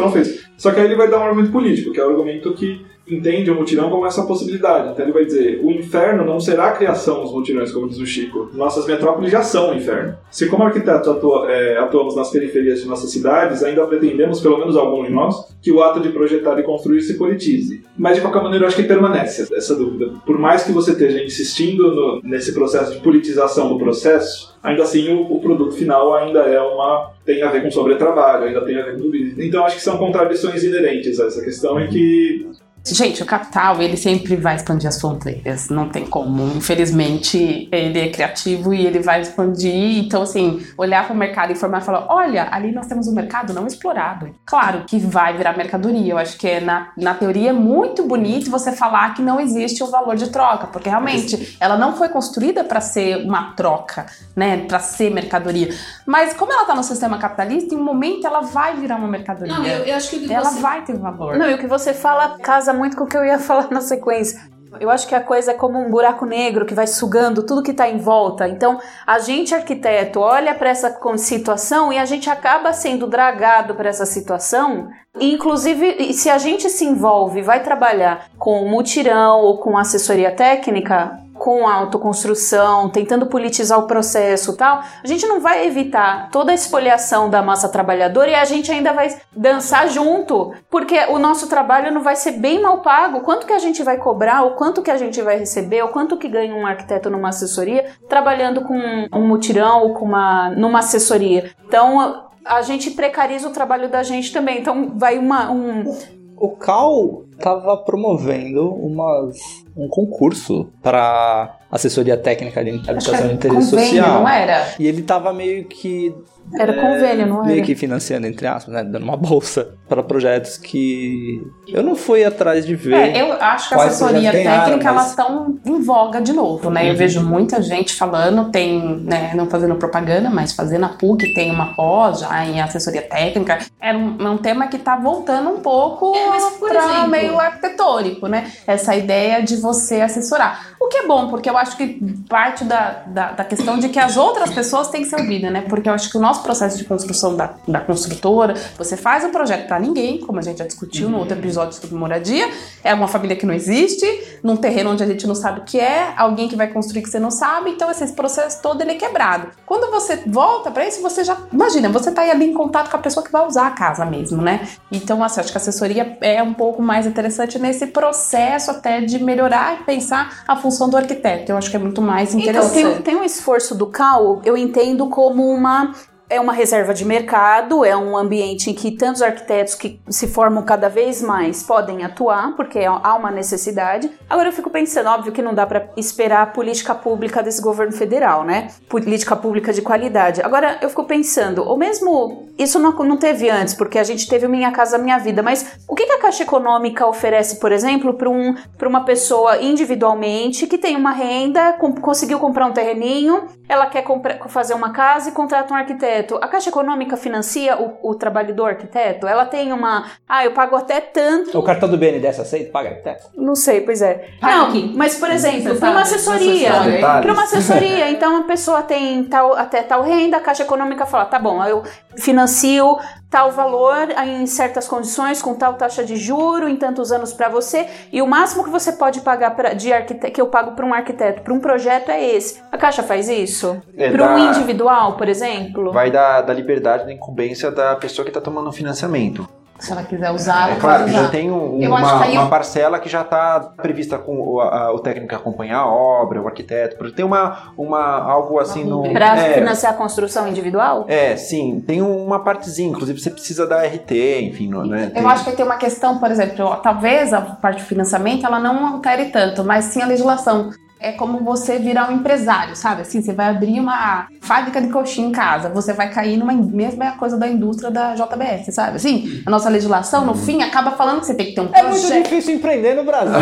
Só que aí ele vai dar um argumento político, que é o argumento que entende o mutirão como essa possibilidade. Então ele vai dizer, o inferno não será a criação dos mutirões, como diz o Chico. Nossas metrópoles já são o inferno. Se como arquiteto atua, é, atuamos nas periferias de nossas cidades, ainda pretendemos, pelo menos alguns de nós, que o ato de projetar e construir se politize. Mas de qualquer maneira eu acho que permanece essa dúvida. Por mais que você esteja insistindo no, nesse processo de politização do processo, ainda assim o, o produto final ainda é uma... tem a ver com sobretrabalho, ainda tem a ver com dúvida. Então acho que são contradições inerentes a essa questão em que... Gente, o capital, ele sempre vai expandir as fronteiras, não tem como. Infelizmente, ele é criativo e ele vai expandir. Então, assim, olhar para o mercado e informar e falar, olha, ali nós temos um mercado não explorado. Claro que vai virar mercadoria. Eu acho que é, na, na teoria é muito bonito você falar que não existe um valor de troca, porque realmente ela não foi construída para ser uma troca, né, para ser mercadoria. Mas como ela está no sistema capitalista, em um momento ela vai virar uma mercadoria. Não, eu, eu acho que ela você... vai ter valor. Não, e o que você fala casa muito com o que eu ia falar na sequência. Eu acho que a coisa é como um buraco negro que vai sugando tudo que está em volta. Então, a gente, arquiteto, olha para essa situação e a gente acaba sendo dragado para essa situação. E, inclusive, se a gente se envolve, vai trabalhar com mutirão ou com assessoria técnica, com a autoconstrução, tentando politizar o processo e tal, a gente não vai evitar toda a espoliação da massa trabalhadora e a gente ainda vai dançar junto, porque o nosso trabalho não vai ser bem mal pago. Quanto que a gente vai cobrar, o quanto que a gente vai receber, o quanto que ganha um arquiteto numa assessoria, trabalhando com um mutirão ou com uma, numa assessoria. Então, a gente precariza o trabalho da gente também. Então, vai uma... Um... O C A U estava promovendo umas, um concurso para assessoria técnica de habitação e interesse social. Não era? E ele estava meio que... Era convênio, não era? Meio que financiando, entre aspas, né? Dando uma bolsa para projetos que eu não fui atrás de ver. É, eu acho que a assessoria técnica, mas... elas estão em voga de novo, né? Uhum. Eu vejo muita gente falando, tem, né, não fazendo propaganda, mas fazendo a P U C, tem uma pós já em assessoria técnica. É um, é um tema que tá voltando um pouco é, para meio arquitetônico, né? Essa ideia de você assessorar. O que é bom, porque eu acho que parte da, da, da questão de que as outras pessoas têm que ser ouvidas, né? Porque eu acho que o nosso processo de construção da, da construtora, você faz um projeto para ninguém, como a gente já discutiu no outro episódio sobre moradia, é uma família que não existe, num terreno onde a gente não sabe o que é, alguém que vai construir que você não sabe, então esse processo todo ele é quebrado. Quando você volta para isso, você já, imagina, você tá ali em contato com a pessoa que vai usar a casa mesmo, né? Então, assim, acho que a assessoria é um pouco mais interessante nesse processo até de melhorar e pensar a função do arquiteto. Eu acho que é muito mais interessante. Então, tem, tem um esforço do C A U, eu entendo como uma... É uma reserva de mercado, é um ambiente em que tantos arquitetos que se formam cada vez mais podem atuar, porque há uma necessidade. Agora eu fico pensando, óbvio que não dá para esperar a política pública desse governo federal, né? Política pública de qualidade. Agora eu fico pensando, ou mesmo, isso não, não teve antes, porque a gente teve o Minha Casa Minha Vida, mas o que, que a Caixa Econômica oferece, por exemplo, para um, para uma pessoa individualmente que tem uma renda, com, conseguiu comprar um terreninho, ela quer comprar, fazer uma casa e contrata um arquiteto. A Caixa Econômica financia o, o trabalho do arquiteto? Ela tem uma... Ah, eu pago até tanto... O cartão do B N D E S aceita? Paga arquiteto? Não sei, pois é. Paga não, aqui. Mas, por exemplo, para sabe, uma assessoria... Para uma assessoria, então a pessoa tem tal, até tal renda, a Caixa Econômica fala, tá bom, eu financio tal valor em certas condições, com tal taxa de juro, em tantos anos para você, e o máximo que você pode pagar pra, de arquiteto, que eu pago para um arquiteto, para um projeto é esse. A Caixa faz isso? É, para um dá... individual, por exemplo? Vai da, da liberdade, da incumbência da pessoa que está tomando o financiamento. Se ela quiser usar, é ela claro pode que usar. já tem um, Eu uma, acho que aí uma eu- parcela que já está prevista com o, a- o técnico acompanhar a obra, o arquiteto, porque tem uma, uma algo assim no... Para é, financiar a construção individual? é, sim, tem uma partezinha, inclusive você precisa da R T, enfim, não- né? Eu tem- acho que tem uma questão, por exemplo, ó, talvez a parte de financiamento ela não altere tanto, mas sim a legislação. É como você virar um empresário, sabe? Assim, você vai abrir uma fábrica de coxinha em casa, você vai cair numa mesma coisa da indústria da J B S, sabe? Assim, a nossa legislação, no fim, acaba falando que você tem que ter um É projeto. muito difícil empreender no Brasil.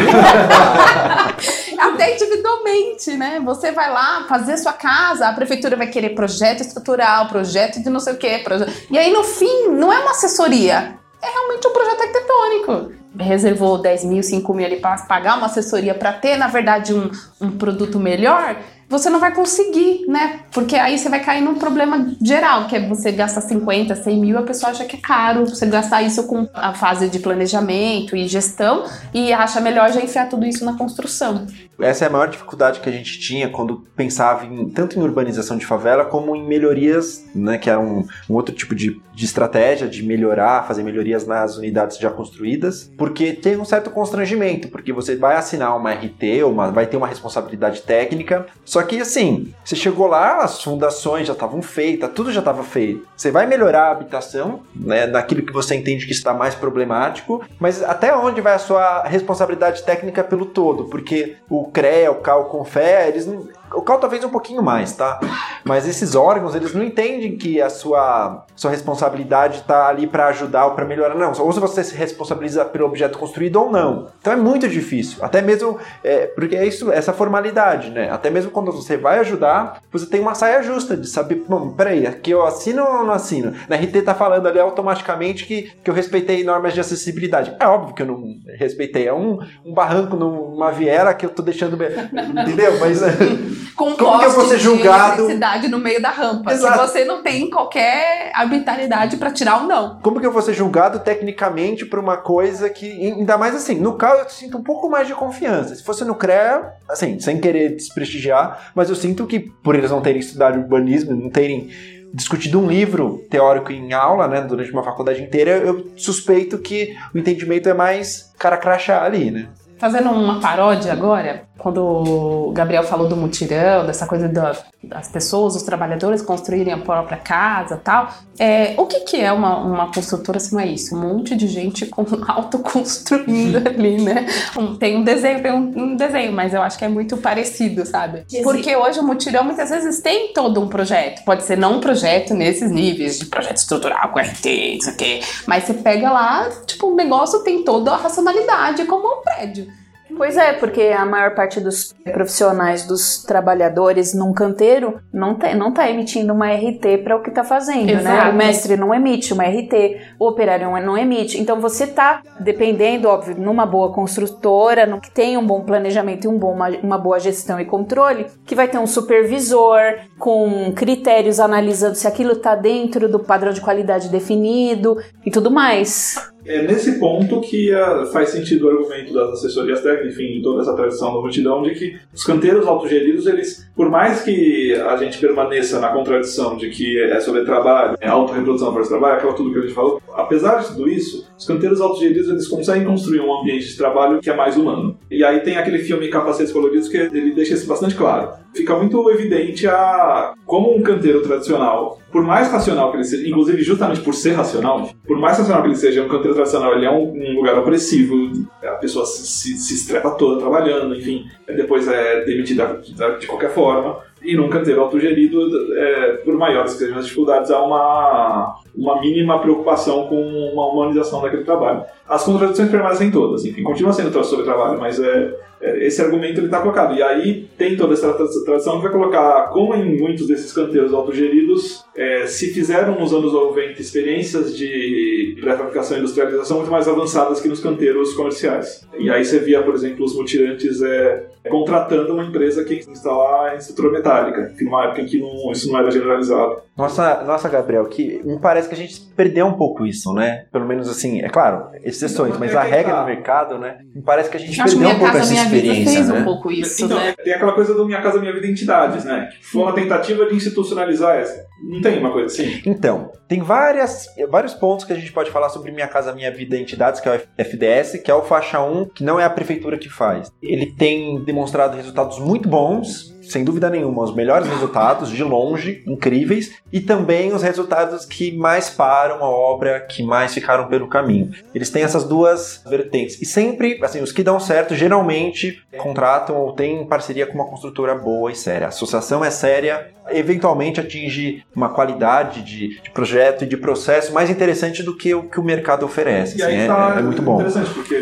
Até individualmente, né? Você vai lá fazer sua casa, a prefeitura vai querer projeto estrutural, projeto de não sei o quê. Proje... E aí, no fim, não é uma assessoria, é realmente um projeto arquitetônico. Reservou dez mil, cinco mil ali para pagar uma assessoria para ter, na verdade, um, um produto melhor. você não vai conseguir, né? Porque aí você vai cair num problema geral, que é você gastar cinquenta, cem mil, a pessoa acha que é caro você gastar isso com a fase de planejamento e gestão e acha melhor já enfiar tudo isso na construção. Essa é a maior dificuldade que a gente tinha quando pensava em, tanto em urbanização de favela como em melhorias, né, que é um, um outro tipo de, de estratégia de melhorar, fazer melhorias nas unidades já construídas, porque tem um certo constrangimento, porque você vai assinar uma R T, uma, vai ter uma responsabilidade técnica, só que assim, você chegou lá, as fundações já estavam feitas, tudo já estava feito. Você vai melhorar a habitação, né, naquilo que você entende que está mais problemático, mas até onde vai a sua responsabilidade técnica pelo todo? Porque o C R E A, o C A U, o CONFEA, eles não... O C A U talvez um pouquinho mais, tá? Mas esses órgãos, eles não entendem que a sua, sua responsabilidade está ali para ajudar ou para melhorar, não. Ou se você se responsabiliza pelo objeto construído ou não. Então é muito difícil. Até mesmo, é, porque é isso, essa formalidade, né? Até mesmo quando você vai ajudar, você tem uma saia justa de saber, bom, peraí, aqui eu assino ou não assino? Na R T tá falando ali automaticamente que, que eu respeitei normas de acessibilidade. É óbvio que eu não respeitei. É um, um barranco numa viela que eu tô deixando... Entendeu? Mas... Com como que eu vou ser julgado? De eletricidade no meio da rampa. Exato. Que você não tem qualquer arbitrariedade para tirar ou não. Como que eu vou ser julgado tecnicamente por uma coisa que... Ainda mais assim, no C A U eu sinto um pouco mais de confiança. Se fosse no C R E A, assim, sem querer desprestigiar, mas eu sinto que por eles não terem estudado urbanismo, não terem discutido um livro teórico em aula, né, durante uma faculdade inteira, eu suspeito que o entendimento é mais cara crachá ali, né? Fazendo uma paródia agora, quando o Gabriel falou do mutirão, dessa coisa da, das pessoas, os trabalhadores construírem a própria casa e tal, é, o que, que é uma, uma construtora se não é isso? Um monte de gente com autoconstruindo ali, né? Um, tem um desenho, tem um, um desenho, mas eu acho que é muito parecido, sabe? Porque hoje o mutirão muitas vezes tem todo um projeto, pode ser não um projeto nesses níveis de projeto estrutural com R T, não sei o quê, mas você pega lá, tipo, o negócio tem toda a racionalidade como um prédio. Pois é, porque a maior parte dos profissionais, dos trabalhadores num canteiro não, tem, não tá emitindo uma R T para o que tá fazendo, Exato. né? O mestre não emite uma R T, o operário não emite. Então você tá dependendo, óbvio, numa boa construtora, no que tem um bom planejamento e um bom, uma, uma boa gestão e controle, que vai ter um supervisor com critérios analisando se aquilo tá dentro do padrão de qualidade definido e tudo mais. É nesse ponto que uh, faz sentido o argumento das assessorias técnicas, enfim, toda essa tradição do multidão, de que os canteiros autogeridos, eles, por mais que a gente permaneça na contradição de que é sobre trabalho, é autorreprodução versus trabalho, aquela tudo que a gente falou, apesar de tudo isso, os canteiros autogeridos, eles conseguem construir um ambiente de trabalho que é mais humano. E aí tem aquele filme Capacetes Coloridos que ele deixa isso bastante claro. Fica muito evidente a como um canteiro tradicional, por mais racional que ele seja, inclusive justamente por ser racional, por mais racional que ele seja, um canteiro tradicional, ele é um, um lugar opressivo, a pessoa se, se, se estrepa toda trabalhando, enfim, depois é demitida de qualquer forma. E num canteiro autogerido, é, por maiores que sejam as dificuldades, há uma, uma mínima preocupação com uma humanização daquele trabalho. As contradições permanecem todas, enfim, continua sendo sobre trabalho, mas é, é, esse argumento está colocado. E aí tem toda essa tradição que vai colocar, como em muitos desses canteiros autogeridos, é, se fizeram nos anos noventa experiências de pré-fabricação e industrialização muito mais avançadas que nos canteiros comerciais. E aí você via, por exemplo, os mutirantes é, contratando uma empresa que instalar a estrutura metálica, numa época em que não, isso não era generalizado. Nossa, nossa, Gabriel, que me parece que a gente perdeu um pouco isso, né? Pelo menos assim, é claro, exceções, mas a regra no mercado, né? Me parece que a gente Acho perdeu que um pouco Casa, essa Minha experiência, Vida fez né? um pouco isso, então, né? Tem aquela coisa do Minha Casa Minha Vida Entidades, né? Que foi uma tentativa de institucionalizar essa. Não tem uma coisa assim? Então, tem várias, vários pontos que a gente pode falar sobre Minha Casa Minha Vida Entidades, que é o F D S, que é o faixa um, que não é a prefeitura que faz. Ele tem demonstrado resultados muito bons, sem dúvida nenhuma, os melhores resultados, de longe, incríveis, e também os resultados que mais param a obra, que mais ficaram pelo caminho. Eles têm essas duas vertentes. E sempre, assim, os que dão certo, geralmente contratam ou têm parceria com uma construtora boa e séria. A associação é séria, eventualmente atinge uma qualidade de, de projeto e de processo mais interessante do que o que o mercado oferece. E aí assim, tá é, é muito bom. Interessante, porque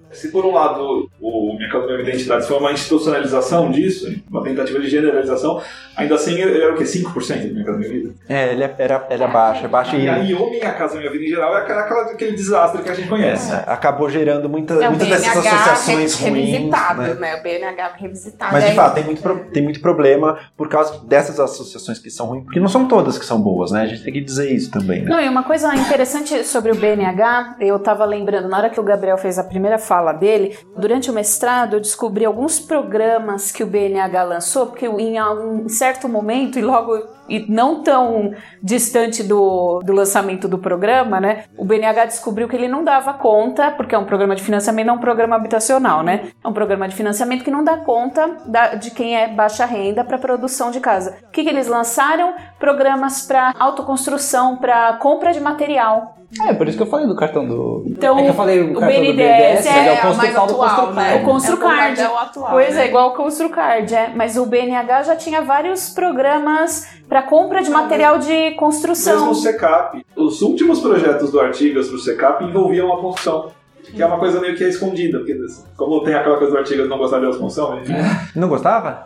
Se por um lado o Minha Casa Minha Identidade foi uma institucionalização disso, uma tentativa de generalização, ainda assim era o quê? cinco por cento do Minha Casa Minha Vida? É, ele era, era baixo, é baixo e... e aí o Minha Casa Minha Vida em geral é aquela, aquele desastre que a gente conhece. É, acabou gerando muita, é, muitas dessas associações re- ruins. Revisitado, né? né? O B N H revisitado. Mas de aí... fato, tem muito, pro- tem muito problema por causa dessas associações que são ruins, porque não são todas que são boas, né? A gente tem que dizer isso também, né? Não, e uma coisa interessante sobre o B N H, eu tava lembrando, na hora que o Gabriel fez a primeira fala dele, durante o mestrado eu descobri alguns programas que o B N H lançou, porque em algum certo momento, e logo e não tão distante do, do lançamento do programa, né, o B N H descobriu que ele não dava conta, porque é um programa de financiamento, não é um programa habitacional, né? É um programa de financiamento que não dá conta da, de quem é baixa renda para produção de casa. O que, que eles lançaram? Programas para autoconstrução, para compra de material. É, por isso que eu falei do cartão do... Então, é que eu falei o o cartão B N do B N D E S, é, mas é o é o mais Construcal do atual, Construcard. né? O Construcard. É o atual, Pois né? é, igual o Construcard, é. Mas o B N H já tinha vários programas para compra de material de construção. Mesmo o SECAP. Os últimos projetos do Artigas para o SECAP envolviam a construção. Que é uma coisa meio que é escondida, porque como tem aquela coisa do Artigas não gostar de autoconstrução, enfim. Não gostava?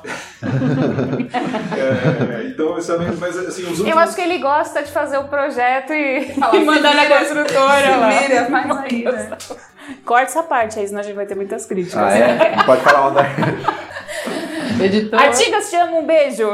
é, então, isso é meio... Mas, assim, os últimos... Eu acho que ele gosta de fazer o projeto e, Fala, e mandar na vira, construtora lá. Vira, faz aí, né? Corta essa parte aí, senão a gente vai ter muitas críticas. Ah, é? Não pode falar onda. Editor. Artigas, te amo, um beijo!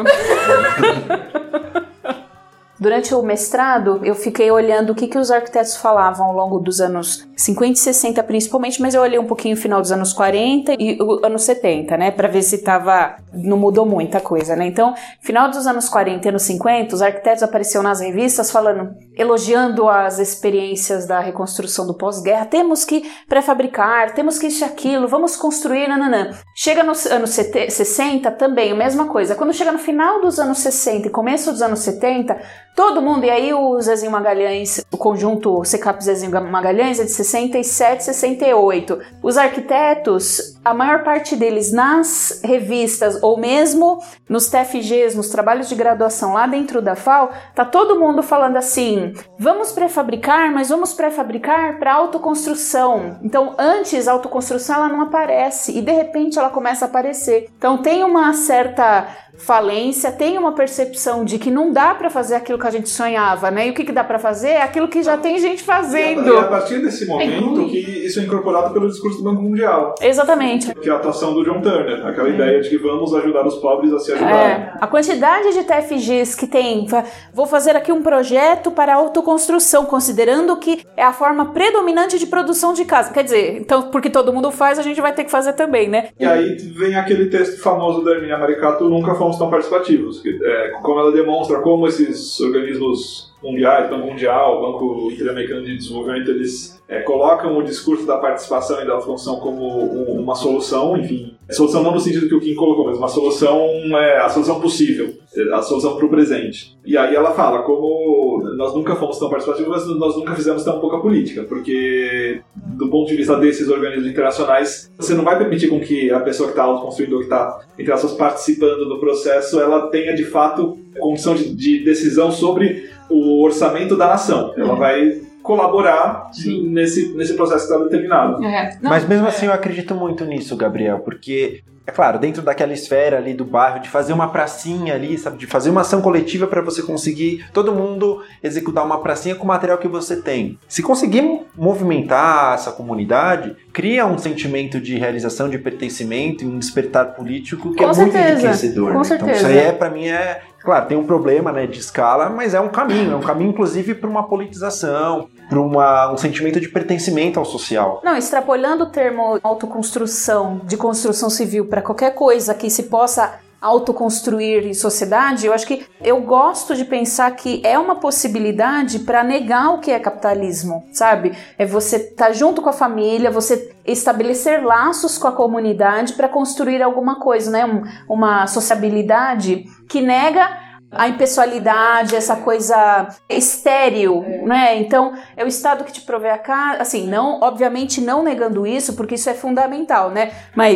Durante o mestrado, eu fiquei olhando o que, que os arquitetos falavam ao longo dos anos cinquenta e sessenta principalmente, mas eu olhei um pouquinho no final dos anos quarenta e o anos setenta, né, pra ver se tava, não mudou muita coisa, né. Então, final dos anos quarenta e anos cinquenta, os arquitetos apareciam nas revistas falando, elogiando as experiências da reconstrução do pós-guerra, temos que pré-fabricar, temos que isso e aquilo, vamos construir, nananã. Chega nos anos sessenta também, a mesma coisa. Quando chega no final dos anos sessenta e começo dos anos setenta, todo mundo, e aí o Zezinho Magalhães, o conjunto SECAP Zezinho Magalhães é de sessenta e sete, sessenta e oito. Os arquitetos, a maior parte deles nas revistas ou mesmo nos T F Gs, nos trabalhos de graduação lá dentro da F A O, tá todo mundo falando assim, vamos pré-fabricar, mas vamos pré-fabricar para autoconstrução. Então, antes a autoconstrução ela não aparece e de repente ela começa a aparecer. Então, tem uma certa falência, tem uma percepção de que não dá para fazer aquilo que a gente sonhava, né? E o que, que dá para fazer? É aquilo que já tem gente fazendo. E a, e a partir desse momento que isso é incorporado pelo discurso do Banco Mundial. Exatamente. Que é a atuação do John Turner, aquela ideia de que vamos ajudar os pobres a se ajudar. É, a quantidade de T F Gs que tem, vou fazer aqui um projeto para autoconstrução, considerando que é a forma predominante de produção de casa. Quer dizer, então, porque todo mundo faz, a gente vai ter que fazer também, né? E aí vem aquele texto famoso da Hermínia Maricato, Nunca Fomos Tão Participativos, que, é, como ela demonstra como esses organismos mundiais, Banco Mundial, Banco Interamericano de Desenvolvimento, eles é, colocam o discurso da participação e da função como um, uma solução, enfim, solução não no sentido que o Kim colocou, mas uma solução, é, a solução possível, a solução para o presente. E aí ela fala como nós nunca fomos tão participativos, mas nós nunca fizemos tão pouca política, porque do ponto de vista desses organismos internacionais, você não vai permitir com que a pessoa que está autoconstruindo ou que está, entre aspas, participando do processo, ela tenha de fato condição de, de decisão sobre o orçamento da nação. Ela vai colaborar nesse, nesse processo que está determinado. É. Não, Mas mesmo é. assim eu acredito muito nisso, Gabriel, porque, é claro, dentro daquela esfera ali do bairro, de fazer uma pracinha ali, sabe, de fazer uma ação coletiva para você conseguir todo mundo executar uma pracinha com o material que você tem. Se conseguir movimentar essa comunidade, cria um sentimento de realização, de pertencimento e um despertar político que Com é certeza, muito enriquecedor. com né? certeza. Então isso aí é, para mim, é... Claro, tem um problema, né, de escala, mas é um caminho. É um caminho, inclusive, para uma politização, para um sentimento de pertencimento ao social. Não, extrapolando o termo autoconstrução, de construção civil para qualquer coisa que se possa autoconstruir em sociedade, eu acho que eu gosto de pensar que é uma possibilidade para negar o que é capitalismo, sabe? É você estar junto com a família, você estabelecer laços com a comunidade para construir alguma coisa, né? Um, uma sociabilidade que nega a impessoalidade, essa coisa estéril, né? Então, é o Estado que te provê a casa, assim, não, obviamente não negando isso, porque isso é fundamental, né? Mas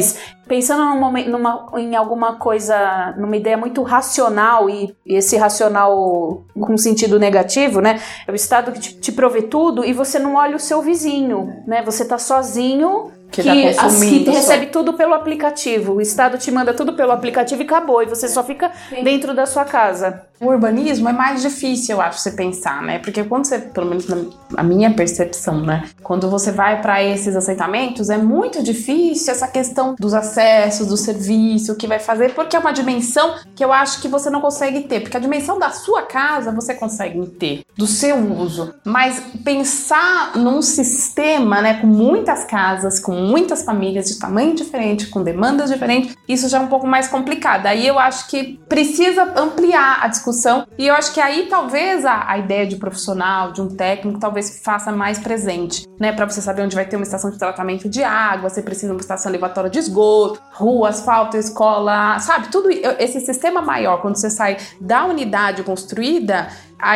Pensando num momento, numa, em alguma coisa, numa ideia muito racional, e, e esse racional com sentido negativo, né? É o Estado que te, te provê tudo e você não olha o seu vizinho, né? Você tá sozinho... Que, que, as, que recebe tudo pelo aplicativo. O Estado te manda tudo pelo aplicativo e acabou. E você só fica dentro da sua casa. O urbanismo é mais difícil, eu acho, você pensar, né? Porque quando você, pelo menos na minha percepção, né? Quando você vai para esses assentamentos, é muito difícil essa questão dos acessos, do serviço, o que vai fazer, porque é uma dimensão que eu acho que você não consegue ter. Porque a dimensão da sua casa você consegue ter, do seu uso. Mas pensar num sistema, né? Com muitas casas, com muitas famílias de tamanho diferente, com demandas diferentes, isso já é um pouco mais complicado. Aí eu acho que precisa ampliar a discussão, e eu acho que aí talvez a, a ideia de profissional, de um técnico, talvez faça mais presente, né? Para você saber onde vai ter uma estação de tratamento de água, você precisa de uma estação elevatória de esgoto, rua, asfalto, escola, sabe? Tudo esse sistema maior, quando você sai da unidade construída,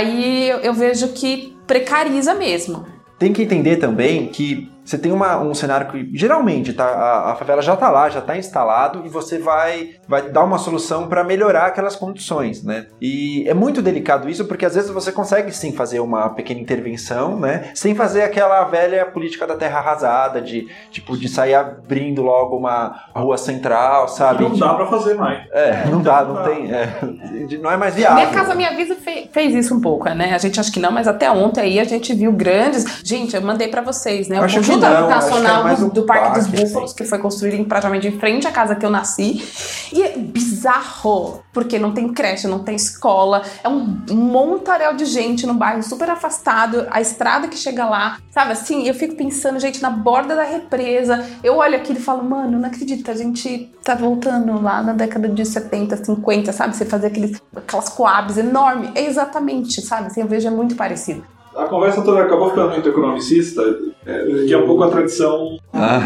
aí eu, eu vejo que precariza mesmo. Tem que entender também que você tem uma, um cenário que geralmente tá, a, a favela já está lá, já está instalado e você vai, vai dar uma solução para melhorar aquelas condições, né? E é muito delicado isso porque às vezes você consegue sim fazer uma pequena intervenção, né? Sem fazer aquela velha política da terra arrasada, de, tipo, de sair abrindo logo uma rua central, sabe? Não dá para fazer mais. É, não dá, não, não dá. tem, é, não é mais viável. Minha Casa Minha Vida fez, fez isso um pouco, né? A gente acha que não, mas até ontem aí a gente viu grandes... Gente, eu mandei para vocês, né? O Não, habitacional do, do Parque parque, dos Búfalos, assim. que foi construído em, praticamente em frente à casa que eu nasci. E é bizarro, porque não tem creche, não tem escola, é um montaréu de gente num bairro super afastado, a estrada que chega lá, sabe assim? Eu fico pensando, gente, na borda da represa, eu olho aquilo e falo, mano, não acredito, a gente tá voltando lá na década de setenta, cinquenta, sabe? Você fazer aqueles, aquelas coabs enormes, é exatamente, sabe? Assim, eu vejo é muito parecido. A conversa toda acabou ficando muito economicista, é, que é um pouco a tradição...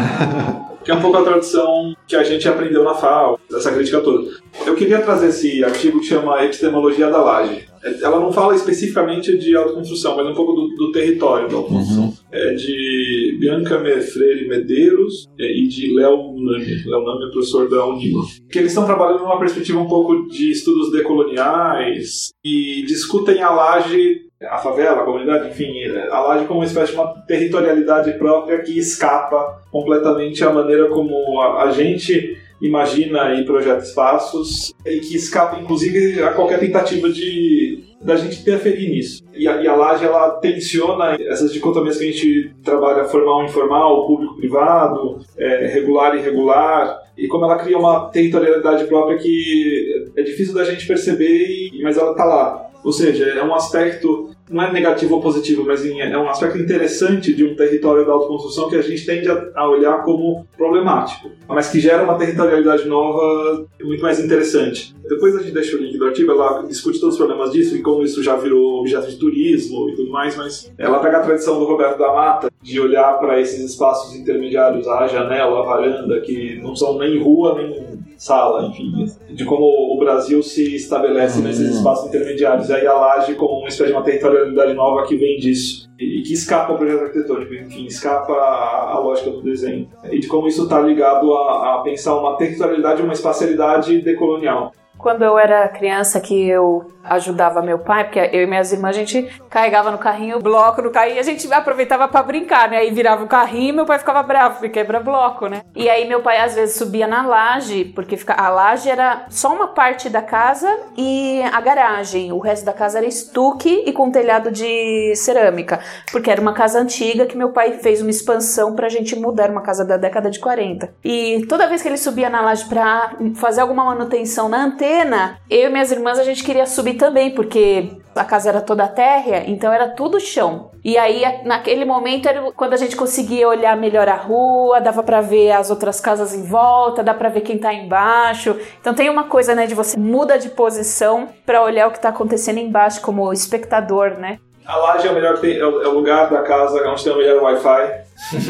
que é um pouco a tradição que a gente aprendeu na F A O, essa crítica toda. Eu queria trazer esse artigo que chama Epistemologia da Laje. Ela não fala especificamente de autoconstrução, mas um pouco do, do território da autoconstrução. Uhum. É de Bianca Freire Medeiros e de Léo Nami. Léo Nami é professor da Unima. Que eles estão trabalhando numa perspectiva um pouco de estudos decoloniais e discutem a laje, a favela, a comunidade, enfim, a laje como uma espécie de uma territorialidade própria que escapa completamente à maneira como a, a gente imagina e projeta espaços e que escapa, inclusive, a qualquer tentativa de da gente interferir nisso. E a, e a laje, ela tensiona essas dicotomias que a gente trabalha formal e informal, público-privado, é, regular e irregular, e como ela cria uma territorialidade própria que é difícil da gente perceber, e, mas ela está lá. Ou seja, é um aspecto, não é negativo ou positivo, mas é um aspecto interessante de um território da autoconstrução que a gente tende a olhar como problemático, mas que gera uma territorialidade nova muito mais interessante. Depois a gente deixa o link do artigo, ela discute todos os problemas disso e como isso já virou objeto de turismo e tudo mais, mas ela pega a tradição do Roberto da Mata de olhar para esses espaços intermediários, a janela, a varanda, que não são nem rua, nem sala, enfim, de como o Brasil se estabelece uhum. nesses espaços intermediários. E aí a laje como uma espécie de uma territorialidade nova que vem disso. E que escapa ao projeto arquitetônico, enfim, escapa à, à lógica do desenho. E de como isso está ligado a, a pensar uma territorialidade e uma espacialidade decolonial. Quando eu era criança, que eu ajudava meu pai, porque eu e minhas irmãs, a gente carregava no carrinho, bloco no carrinho, e a gente aproveitava pra brincar, né? Aí virava o carrinho e meu pai ficava bravo, porque quebra bloco, né? E aí meu pai às vezes subia na laje, porque fica... a laje era só uma parte da casa e a garagem. O resto da casa era estuque e com telhado de cerâmica, porque era uma casa antiga que meu pai fez uma expansão pra gente mudar, uma casa da década de quarenta. E toda vez que ele subia na laje pra fazer alguma manutenção na antena, eu e minhas irmãs, a gente queria subir também, porque a casa era toda térrea, então era tudo chão. E aí, naquele momento, era quando a gente conseguia olhar melhor a rua, dava pra ver as outras casas em volta, dá pra ver quem tá embaixo. Então tem uma coisa, né, de você muda de posição pra olhar o que tá acontecendo embaixo como espectador, né? A laje é o melhor que tem, é o, é o lugar da casa onde tem o melhor Wi-Fi.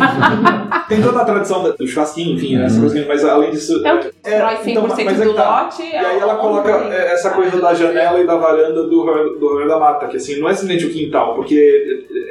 Tem toda a tradição do churrasquinho, enfim, né, essa coisa, mas além disso... É o que destrói cem por cento então, do tá. lote. E aí ela coloca essa coisa da janela e da varanda do Roberto da Mata, que assim, não é simplesmente o quintal, porque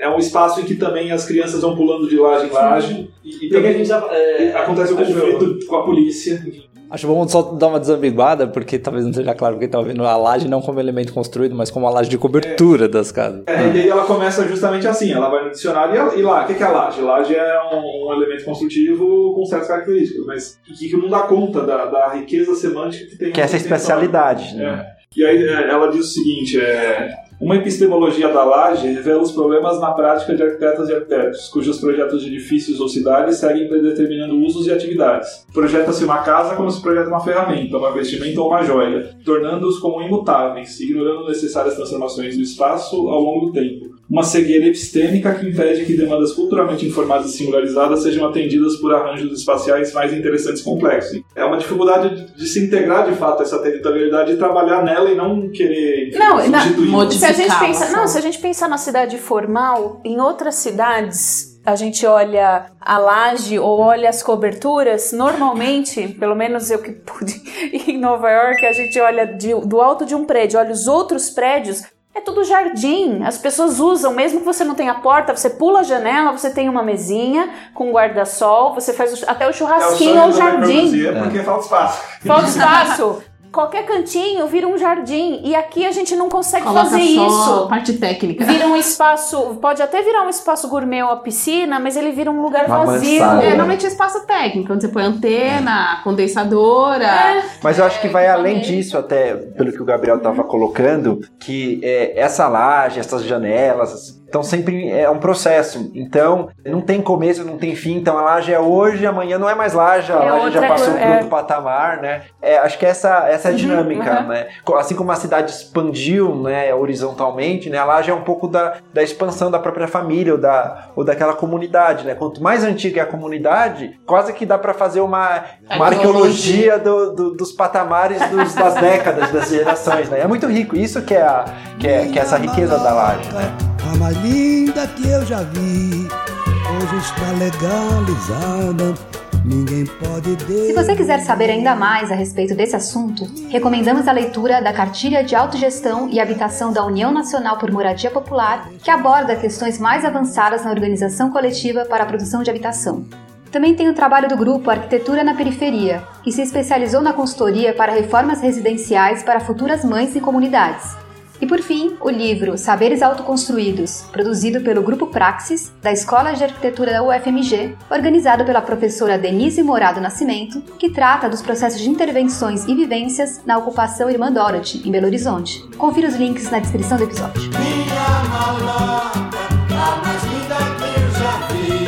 é um espaço em que também as crianças vão pulando de laje em laje. E, e também a gente já, é, acontece o conflito com a polícia. Acho bom só dar uma desambiguada, porque talvez não seja claro, porque tá vendo a laje não como elemento construído, mas como a laje de cobertura é. das casas. É, e aí ela começa justamente assim, ela vai no dicionário e, e lá, o que é a laje? Laje é um, um elemento construtivo com certas características, mas que, que não dá conta da, da riqueza semântica que tem. Que é essa especialidade. Né? É. E aí ela diz o seguinte, é... Uma epistemologia da laje revela os problemas na prática de arquitetas e arquitetos, cujos projetos de edifícios ou cidades seguem predeterminando usos e atividades. Projeta-se uma casa como se projeta uma ferramenta, uma vestimenta ou uma joia, tornando-os como imutáveis, ignorando necessárias transformações do espaço ao longo do tempo. Uma cegueira epistêmica que impede que demandas culturalmente informadas e singularizadas sejam atendidas por arranjos espaciais mais interessantes e complexos. É uma dificuldade de, de se integrar de fato a essa territorialidade e trabalhar nela e não querer enfim, não, substituir. Não, se a gente pensa, não, se a gente pensar na cidade formal, em outras cidades a gente olha a laje ou olha as coberturas, normalmente, pelo menos eu que pude ir em Nova York, a gente olha de, do alto de um prédio, olha os outros prédios. É tudo jardim, as pessoas usam, mesmo que você não tenha porta, você pula a janela, você tem uma mesinha com guarda-sol, você faz o, até o churrasquinho é o ou jardim. É porque falta espaço. Falta espaço. Qualquer cantinho vira um jardim. E aqui a gente não consegue Coloca fazer só isso. Parte técnica. Vira um espaço, pode até virar um espaço gourmet ou a piscina, mas ele vira um lugar Uma vazio. mansada. É, normalmente é espaço técnico, onde você põe antena, condensadora. É. Mas eu acho que vai É, além também. disso, até pelo que o Gabriel estava colocando, que é, essa laje, essas janelas, então sempre é um processo. Então, não tem começo, não tem fim. Então a laje é hoje, amanhã não é mais laje, a É laje já outra passou coisa, por é. outro patamar, né? É, acho que essa, essa é a dinâmica, uhum. né? Assim como a cidade expandiu, né, horizontalmente, né, a laje é um pouco da, da expansão da própria família ou, da, ou daquela comunidade, né? Quanto mais antiga é a comunidade, quase que dá para fazer uma, uma arqueologia do, do, dos patamares dos, das décadas, das gerações, né? É muito rico. Isso que é, a, que é, que é essa riqueza da laje, né? A mais linda que eu já vi, hoje está legalizada, ninguém pode Se dizer. você quiser saber ainda mais a respeito desse assunto, recomendamos a leitura da Cartilha de Autogestão e Habitação da União Nacional por Moradia Popular, que aborda questões mais avançadas na organização coletiva para a produção de habitação. Também tem o trabalho do grupo Arquitetura na Periferia, que se especializou na consultoria para reformas residenciais para futuras mães e comunidades. E por fim, o livro Saberes Autoconstruídos, produzido pelo Grupo Praxis, da Escola de Arquitetura da U F M G, organizado pela professora Denise Morado Nascimento, que trata dos processos de intervenções e vivências na ocupação Irmã Dorothy, em Belo Horizonte. Confira os links na descrição do episódio. Minha maloca, a mais linda que eu já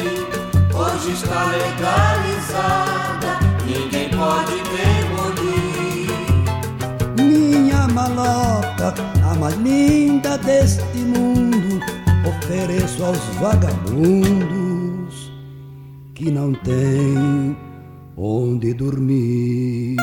vi, hoje está legalizada, ninguém pode demolir. Minha maloca, a mais linda deste mundo, ofereço aos vagabundos que não têm onde dormir.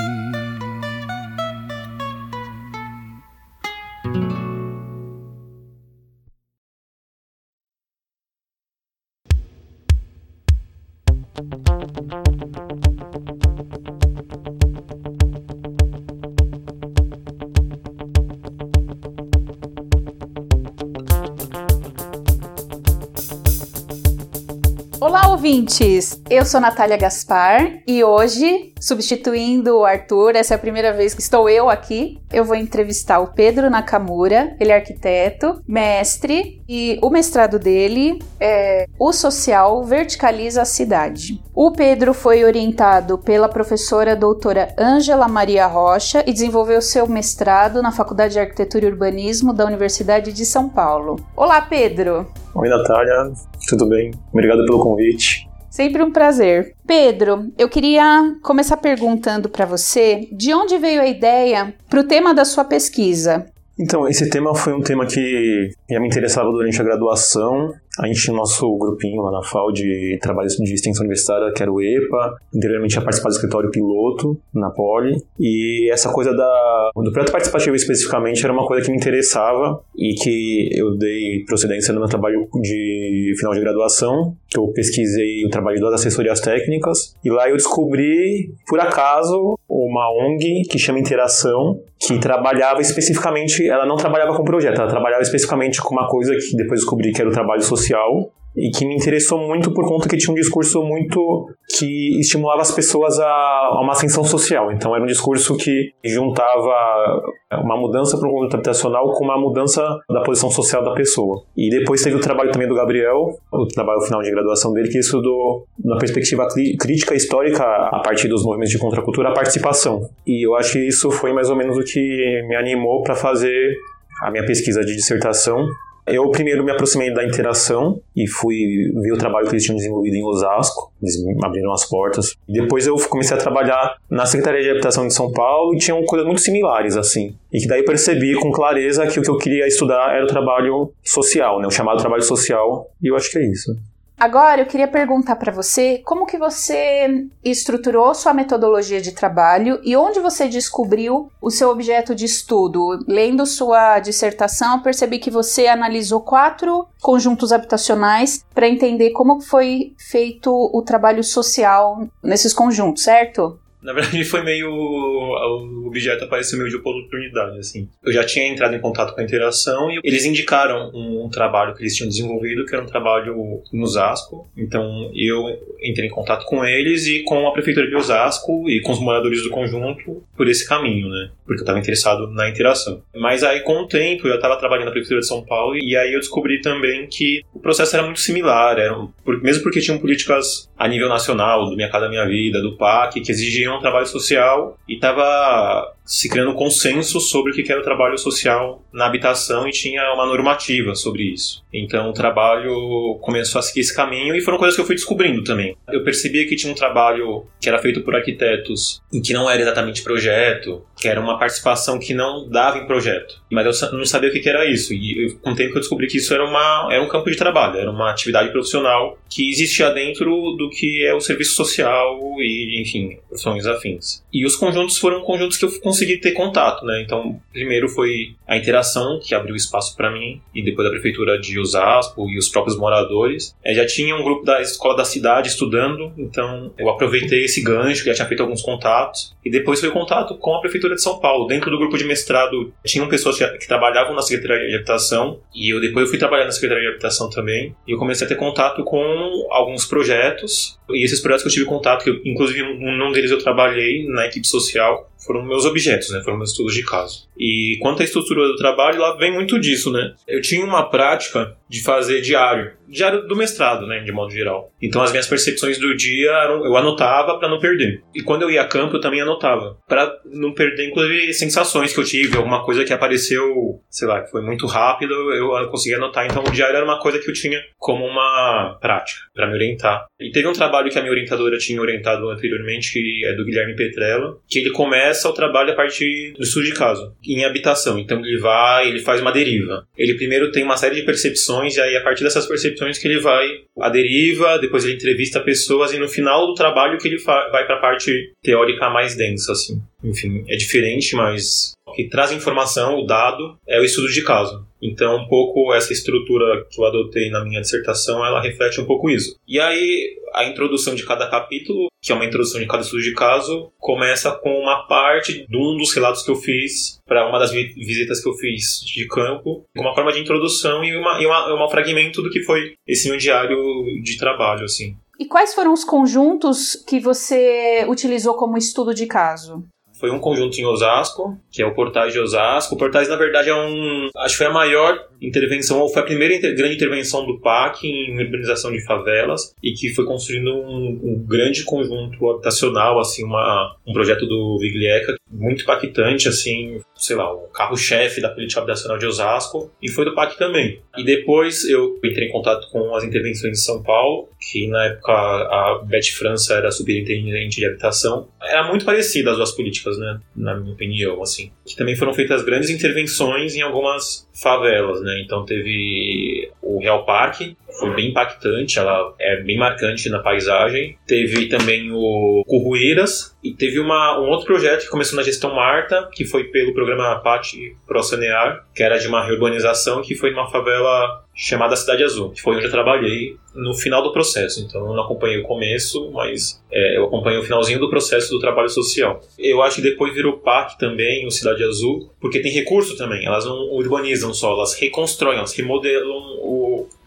Olá, ouvintes! Eu sou Natália Gaspar e hoje, substituindo o Arthur, essa é a primeira vez que estou eu aqui, eu vou entrevistar o Pedro Nakamura. Ele é arquiteto, mestre, e o mestrado dele é O Social Verticaliza a Cidade. O Pedro foi orientado pela professora doutora Ângela Maria Rocha e desenvolveu seu mestrado na Faculdade de Arquitetura e Urbanismo da Universidade de São Paulo. Olá, Pedro! Oi, Natália, tudo bem? Obrigado pelo convite. Sempre um prazer. Pedro, eu queria começar perguntando para você de onde veio a ideia para o tema da sua pesquisa. Então, esse tema foi um tema que já me interessava durante a graduação. A gente tinha o nosso grupinho lá na F A U de trabalho de extensão universitária, que era o EPA. Anteriormente tinha participado do escritório piloto na Poli. E essa coisa da, do projeto participativo especificamente era uma coisa que me interessava e que eu dei procedência no meu trabalho de final de graduação. Eu pesquisei o trabalho das assessorias técnicas e lá eu descobri, por acaso, uma O N G que chama Interação, que trabalhava especificamente, ela não trabalhava com projeto, ela trabalhava especificamente com uma coisa que depois descobri que era o trabalho social, social e que me interessou muito por conta que tinha um discurso muito que estimulava as pessoas a, a uma ascensão social. Então era um discurso que juntava uma mudança para o conjunto habitacional com uma mudança da posição social da pessoa. E depois teve o trabalho também do Gabriel, o trabalho final de graduação dele, que estudou na perspectiva crítica histórica, a partir dos movimentos de contracultura, a participação. E eu acho que isso foi mais ou menos o que me animou para fazer a minha pesquisa de dissertação. Eu primeiro me aproximei da interação e fui ver o trabalho que eles tinham desenvolvido em Osasco, eles abriram as portas. Depois eu comecei a trabalhar na Secretaria de Habitação de São Paulo e tinham coisas muito similares, assim. E que daí percebi com clareza que o que eu queria estudar era o trabalho social, né? O chamado trabalho social, e eu acho que é isso. Agora, eu queria perguntar para você como que você estruturou sua metodologia de trabalho e onde você descobriu o seu objeto de estudo. Lendo sua dissertação, eu percebi que você analisou quatro conjuntos habitacionais para entender como foi feito o trabalho social nesses conjuntos, certo? Na verdade, foi meio... o objeto apareceu meio de oportunidade, assim. Eu já tinha entrado em contato com a interação e eles indicaram um, um trabalho que eles tinham desenvolvido, que era um trabalho em Osasco. Então, eu entrei em contato com eles e com a Prefeitura de Osasco e com os moradores do conjunto por esse caminho, né? Porque eu estava interessado na interação. Mas aí, com o tempo, eu estava trabalhando na Prefeitura de São Paulo e aí eu descobri também que o processo era muito similar. Era, mesmo porque tinham políticas a nível nacional, do Minha Casa Minha Vida, do P A C, que exigiam um trabalho social e estava se criando um consenso sobre o que era o trabalho social na habitação e tinha uma normativa sobre isso. Então o trabalho começou a seguir esse caminho e foram coisas que eu fui descobrindo também. Eu percebia que tinha um trabalho que era feito por arquitetos e que não era exatamente projeto, que era uma participação que não dava em projeto. Mas eu não sabia o que era isso. E eu, com o tempo que eu descobri que isso era, uma, era um campo de trabalho, era uma atividade profissional que existia dentro do que é o serviço social e, enfim, profissões afins. E os conjuntos foram conjuntos que eu consegui ter contato, né? Então, primeiro foi a interação, que abriu espaço para mim, e depois a Prefeitura de Osasco e os próprios moradores. É, já tinha um grupo da Escola da Cidade estudando, então eu aproveitei esse gancho, que já tinha feito alguns contatos, e depois foi o contato com a Prefeitura de São Paulo. Dentro do grupo de mestrado, tinham pessoas que, que trabalhavam na Secretaria de Habitação, e eu depois eu fui trabalhar na Secretaria de Habitação também, e eu comecei a ter contato com alguns projetos, e esses projetos que eu tive contato, que eu, inclusive num deles eu trabalhei na equipe social, foram meus objetos, né? Foram meus estudos de caso. E quanto à estrutura do trabalho, lá vem muito disso, né? Eu tinha uma prática de fazer diário. Diário do mestrado, né? De modo geral. Então as minhas percepções do dia, eram, eu anotava para não perder. E quando eu ia a campo, eu também anotava. Para não perder, inclusive, sensações que eu tive. Alguma coisa que apareceu, sei lá, que foi muito rápido, eu conseguia anotar. Então o diário era uma coisa que eu tinha como uma prática para me orientar. E teve um trabalho que a minha orientadora tinha orientado anteriormente, que é do Guilherme Petrella, que ele começa o trabalho a partir do estudo de caso, em habitação. Então ele vai, ele faz uma deriva. Ele primeiro tem uma série de percepções, e aí a partir dessas percepções que ele vai à deriva, depois ele entrevista pessoas, e no final do trabalho que ele vai para a parte teórica mais densa, assim. Enfim, é diferente, mas o que traz informação, o dado, é o estudo de caso. Então, um pouco essa estrutura que eu adotei na minha dissertação, ela reflete um pouco isso. E aí, a introdução de cada capítulo, que é uma introdução de cada estudo de caso, começa com uma parte de um dos relatos que eu fiz para uma das visitas que eu fiz de campo, com uma forma de introdução e uma, e uma, um fragmento do que foi esse meu diário de trabalho, assim. E quais foram os conjuntos que você utilizou como estudo de caso? Foi um conjunto em Osasco, que é o Portais de Osasco. O Portais, na verdade, é um... acho que foi a maior intervenção, ou foi a primeira inter, grande intervenção do P A C em urbanização de favelas, e que foi construindo um, um grande conjunto habitacional, assim, uma, um projeto do Viglieca, muito impactante, assim, sei lá, o carro-chefe da política habitacional de Osasco, e foi do P A C também. E depois eu entrei em contato com as intervenções de São Paulo, que na época a Beth França era superintendente de habitação. Era muito parecida as duas políticas, né, na minha opinião, assim. Que também foram feitas grandes intervenções em algumas favelas, né, então teve o Real Parque, foi bem impactante, ela é bem marcante na paisagem. Teve também o Curruíras, e teve uma, um outro projeto que começou na gestão Marta, que foi pelo programa Pati Pro Sanear, que era de uma reurbanização, que foi numa favela chamada Cidade Azul, que foi onde eu trabalhei no final do processo. Então eu não acompanhei o começo, mas é, eu acompanhei o finalzinho do processo do trabalho social. Eu acho que depois virou P A C também, o Cidade Azul, porque tem recurso também. Elas não urbanizam só, elas reconstroem, elas remodelam o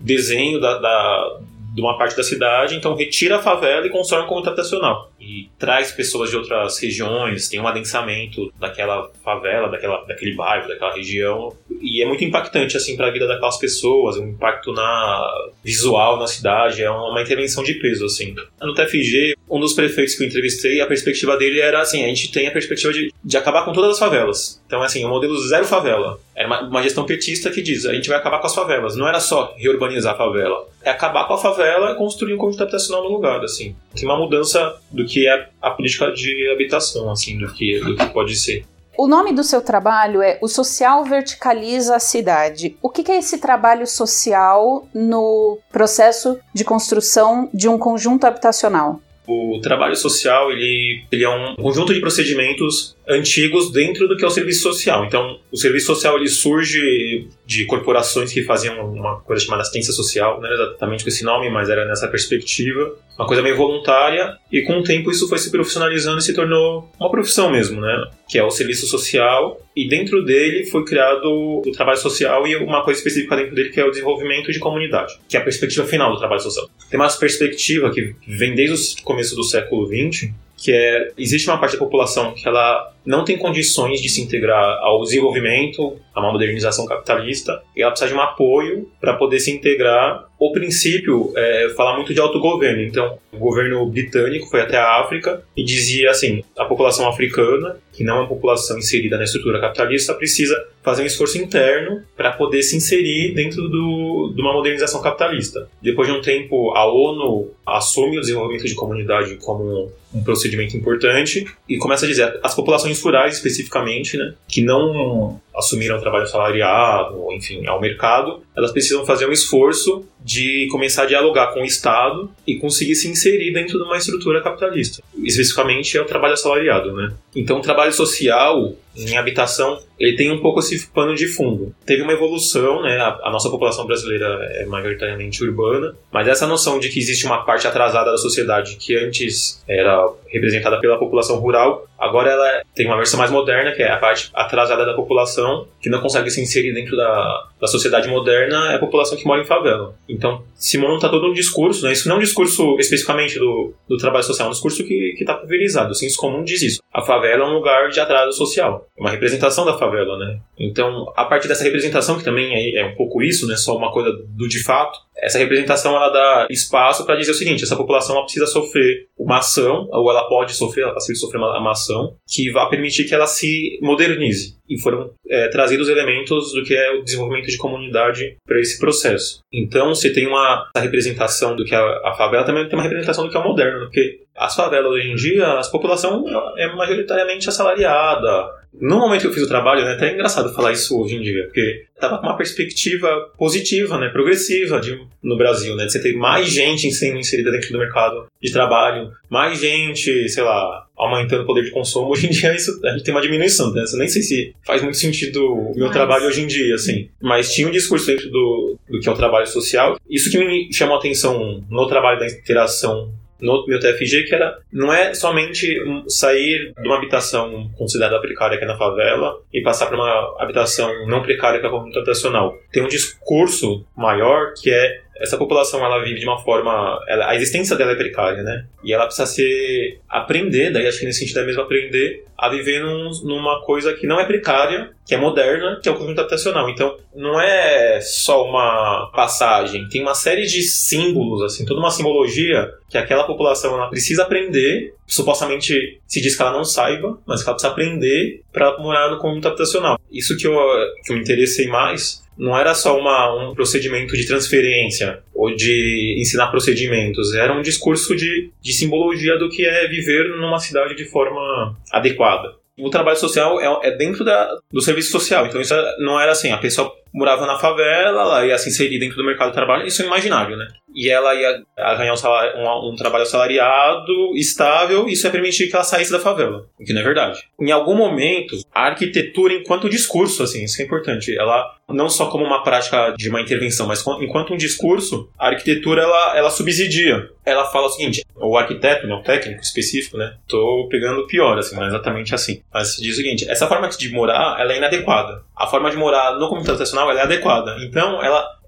desenho da, da, de uma parte da cidade, então retira a favela e constrói um conjunto habitacional. E traz pessoas de outras regiões, tem um adensamento daquela favela, daquela, daquele bairro, daquela região. E é muito impactante, assim, para a vida daquelas pessoas, um impacto na, visual na cidade, é uma intervenção de peso, assim. No T F G, um dos prefeitos que eu entrevistei, a perspectiva dele era, assim, a gente tem a perspectiva de, de acabar com todas as favelas. Então, assim, o modelo zero favela. Era uma, uma gestão petista que diz, a gente vai acabar com as favelas. Não era só reurbanizar a favela, é acabar com a favela e construir um conjunto habitacional no lugar, assim. Tem uma mudança do que é a política de habitação, assim, do que, do que pode ser. O nome do seu trabalho é O Social Verticaliza a Cidade. O que é esse trabalho social no processo de construção de um conjunto habitacional? O trabalho social, ele, ele é um conjunto de procedimentos antigos dentro do que é o serviço social. Então, o serviço social ele surge de corporações que faziam uma coisa chamada assistência social, não era exatamente com esse nome, mas era nessa perspectiva, uma coisa meio voluntária, e com o tempo isso foi se profissionalizando e se tornou uma profissão mesmo, né? Que é o serviço social, e dentro dele foi criado o trabalho social e uma coisa específica dentro dele que é o desenvolvimento de comunidade, que é a perspectiva final do trabalho social. Tem uma perspectiva que vem desde o começo do século vinte, que é, existe uma parte da população que ela não tem condições de se integrar ao desenvolvimento, a uma modernização capitalista, e ela precisa de um apoio para poder se integrar. O princípio é falar muito de autogoverno. Então, o governo britânico foi até a África e dizia assim, a população africana, que não é uma população inserida na estrutura capitalista, precisa fazer um esforço interno para poder se inserir dentro do, de uma modernização capitalista. Depois de um tempo, a ONU assume o desenvolvimento de comunidade como um procedimento importante e começa a dizer, as populações rurais especificamente, né, que não assumiram o trabalho salariado, enfim, ao mercado, elas precisam fazer um esforço de começar a dialogar com o Estado e conseguir se inserir dentro de uma estrutura capitalista. Especificamente é o trabalho assalariado, né? Então o trabalho social em habitação, ele tem um pouco esse pano de fundo. Teve uma evolução, né? A, a nossa população brasileira é majoritariamente urbana, mas essa noção de que existe uma parte atrasada da sociedade que antes era representada pela população rural, agora ela tem uma versão mais moderna, que é a parte atrasada da população, que não consegue se inserir dentro da, da sociedade moderna, é a população que mora em favela. Então, se monta todo um discurso, né? Isso não é um discurso especificamente do, do trabalho social, é um discurso que está pulverizado. O senso comum diz isso. A favela é um lugar de atraso social, uma representação da favela, né? Então, a partir dessa representação, que também é, é um pouco isso, né? Só uma coisa do de fato, essa representação ela dá espaço para dizer o seguinte, essa população ela precisa sofrer uma ação, ou ela pode sofrer, ela precisa sofrer uma, uma ação que vai permitir que ela se modernize. E foram é, trazidos elementos do que é o desenvolvimento de comunidade para esse processo. Então, você tem uma essa representação do que é a favela, também tem uma representação do que é o moderno, porque as favelas hoje em dia, a população é majoritariamente assalariada. No momento que eu fiz o trabalho, né, até é engraçado falar isso hoje em dia, porque estava com uma perspectiva positiva, né, progressiva de, no Brasil, né, de você ter mais gente sendo inserida dentro do mercado de trabalho, mais gente, sei lá, aumentando o poder de consumo. Hoje em dia isso, a gente tem uma diminuição, né? Eu nem sei se faz muito sentido o meu Mas... trabalho hoje em dia, assim. Mas tinha um discurso dentro do, do que é o trabalho social. Isso que me chamou a atenção no trabalho da interação no meu T F G, que era, não é somente sair de uma habitação considerada precária que é na favela e passar para uma habitação não precária que é a comunidade habitacional. Tem um discurso maior que é essa população ela vive de uma forma, ela, a existência dela é precária, né? E ela precisa ser, aprender, daí acho que nesse sentido é mesmo aprender a viver num, numa coisa que não é precária, que é moderna, que é o conjunto habitacional. Então, não é só uma passagem, tem uma série de símbolos, assim, toda uma simbologia que aquela população ela precisa aprender, supostamente se diz que ela não saiba, mas que ela precisa aprender para morar no conjunto habitacional. Isso que eu, que eu me interessei mais não era só uma, um procedimento de transferência ou de ensinar procedimentos, era um discurso de, de simbologia do que é viver numa cidade de forma adequada. O trabalho social é, é dentro da, do serviço social, então isso não era assim, a pessoa morava na favela, ela ia se inserir dentro do mercado de trabalho, isso é imaginário, né? E ela ia ganhar um, salário, um, um trabalho assalariado, estável, e isso ia permitir que ela saísse da favela, o que não é verdade. Em algum momento, a arquitetura enquanto discurso, assim, isso é importante, ela não só como uma prática de uma intervenção, mas enquanto um discurso, a arquitetura, ela, ela subsidia. Ela fala o seguinte, o arquiteto, né, o técnico específico, né, tô pegando pior, assim, não é exatamente assim, mas diz o seguinte, essa forma de morar, ela é inadequada. A forma de morar no comunidade habitacional, ela é adequada. Então, ela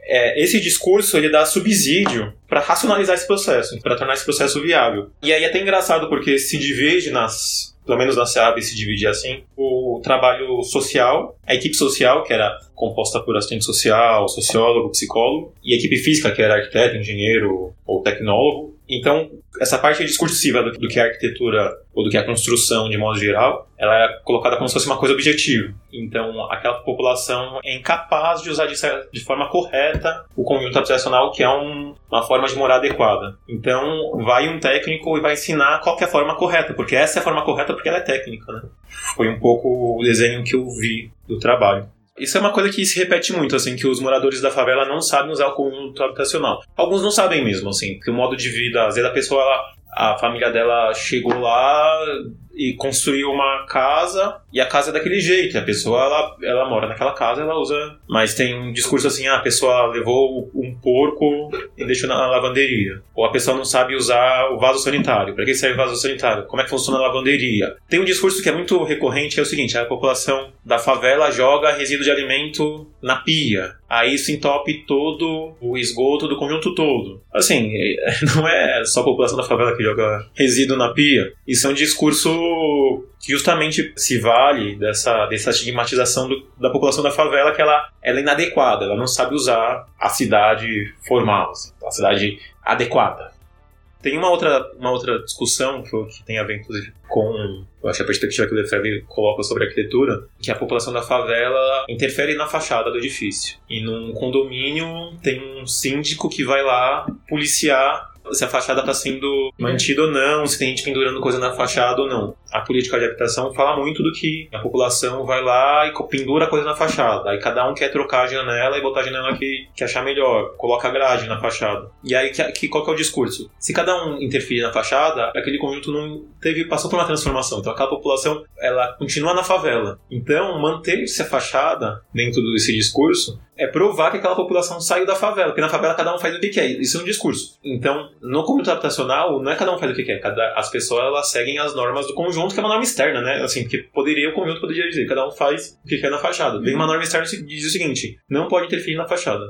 é, esse discurso ele dá subsídio para racionalizar esse processo, para tornar esse processo viável. E aí é até engraçado porque se divide nas... pelo menos na SEAB se dividia assim, o trabalho social, a equipe social, que era composta por assistente social, sociólogo, psicólogo, e a equipe física, que era arquiteto, engenheiro ou tecnólogo. Então, essa parte discursiva do, do que é a arquitetura ou do que é a construção, de modo geral, ela é colocada como se fosse uma coisa objetiva. Então, aquela população é incapaz de usar de, de forma correta o conjunto habitacional, que é um, uma forma de morar adequada. Então, vai um técnico e vai ensinar qual que é a forma correta, porque essa é a forma correta porque ela é técnica, né? Foi um pouco o desenho que eu vi do trabalho. Isso é uma coisa que se repete muito, assim, que os moradores da favela não sabem usar o conjunto habitacional. Alguns não sabem mesmo, assim, que o modo de vida, às vezes a pessoa, ela, a família dela chegou lá e construiu uma casa, e a casa é daquele jeito, a pessoa, ela, ela mora naquela casa, ela usa... Mas tem um discurso assim, ah, a pessoa levou um porco e deixou na lavanderia. Ou a pessoa não sabe usar o vaso sanitário. Para que serve o vaso sanitário? Como é que funciona a lavanderia? Tem um discurso que é muito recorrente, que é o seguinte, a população da favela joga resíduo de alimento na pia. Aí isso entope todo o esgoto do conjunto todo. Assim, não é só a população da favela que joga resíduo na pia. Isso é um discurso que justamente se vale dessa, dessa estigmatização do, da população da favela, que ela, ela é inadequada, ela não sabe usar a cidade formal, assim, a cidade adequada. Tem uma outra, uma outra discussão que, que tem a ver, inclusive, com eu acho, a perspectiva que o Lefebvre coloca sobre a arquitetura, que a população da favela interfere na fachada do edifício. E num condomínio tem um síndico que vai lá policiar se a fachada está sendo mantida ou não, se tem gente pendurando coisa na fachada ou não. A política de habitação fala muito do que a população vai lá e pendura coisa na fachada. Aí cada um quer trocar a janela e botar a janela que, que achar melhor. Coloca a grade na fachada. E aí, que, que, qual que é o discurso? Se cada um interferir na fachada, aquele conjunto não teve, passou por uma transformação. Então aquela população, ela continua na favela. Então, manter-se a fachada dentro desse discurso é provar que aquela população saiu da favela. Porque na favela cada um faz o que quer. Isso é um discurso. Então, no conjunto habitacional, não é cada um faz o que quer. Cada, as pessoas, elas seguem as normas do conjunto, que é uma norma externa, né? Assim, porque poderia, o conjunto poderia dizer, cada um faz o que quer na fachada. Vem uma norma externa que diz o seguinte, não pode interferir na fachada.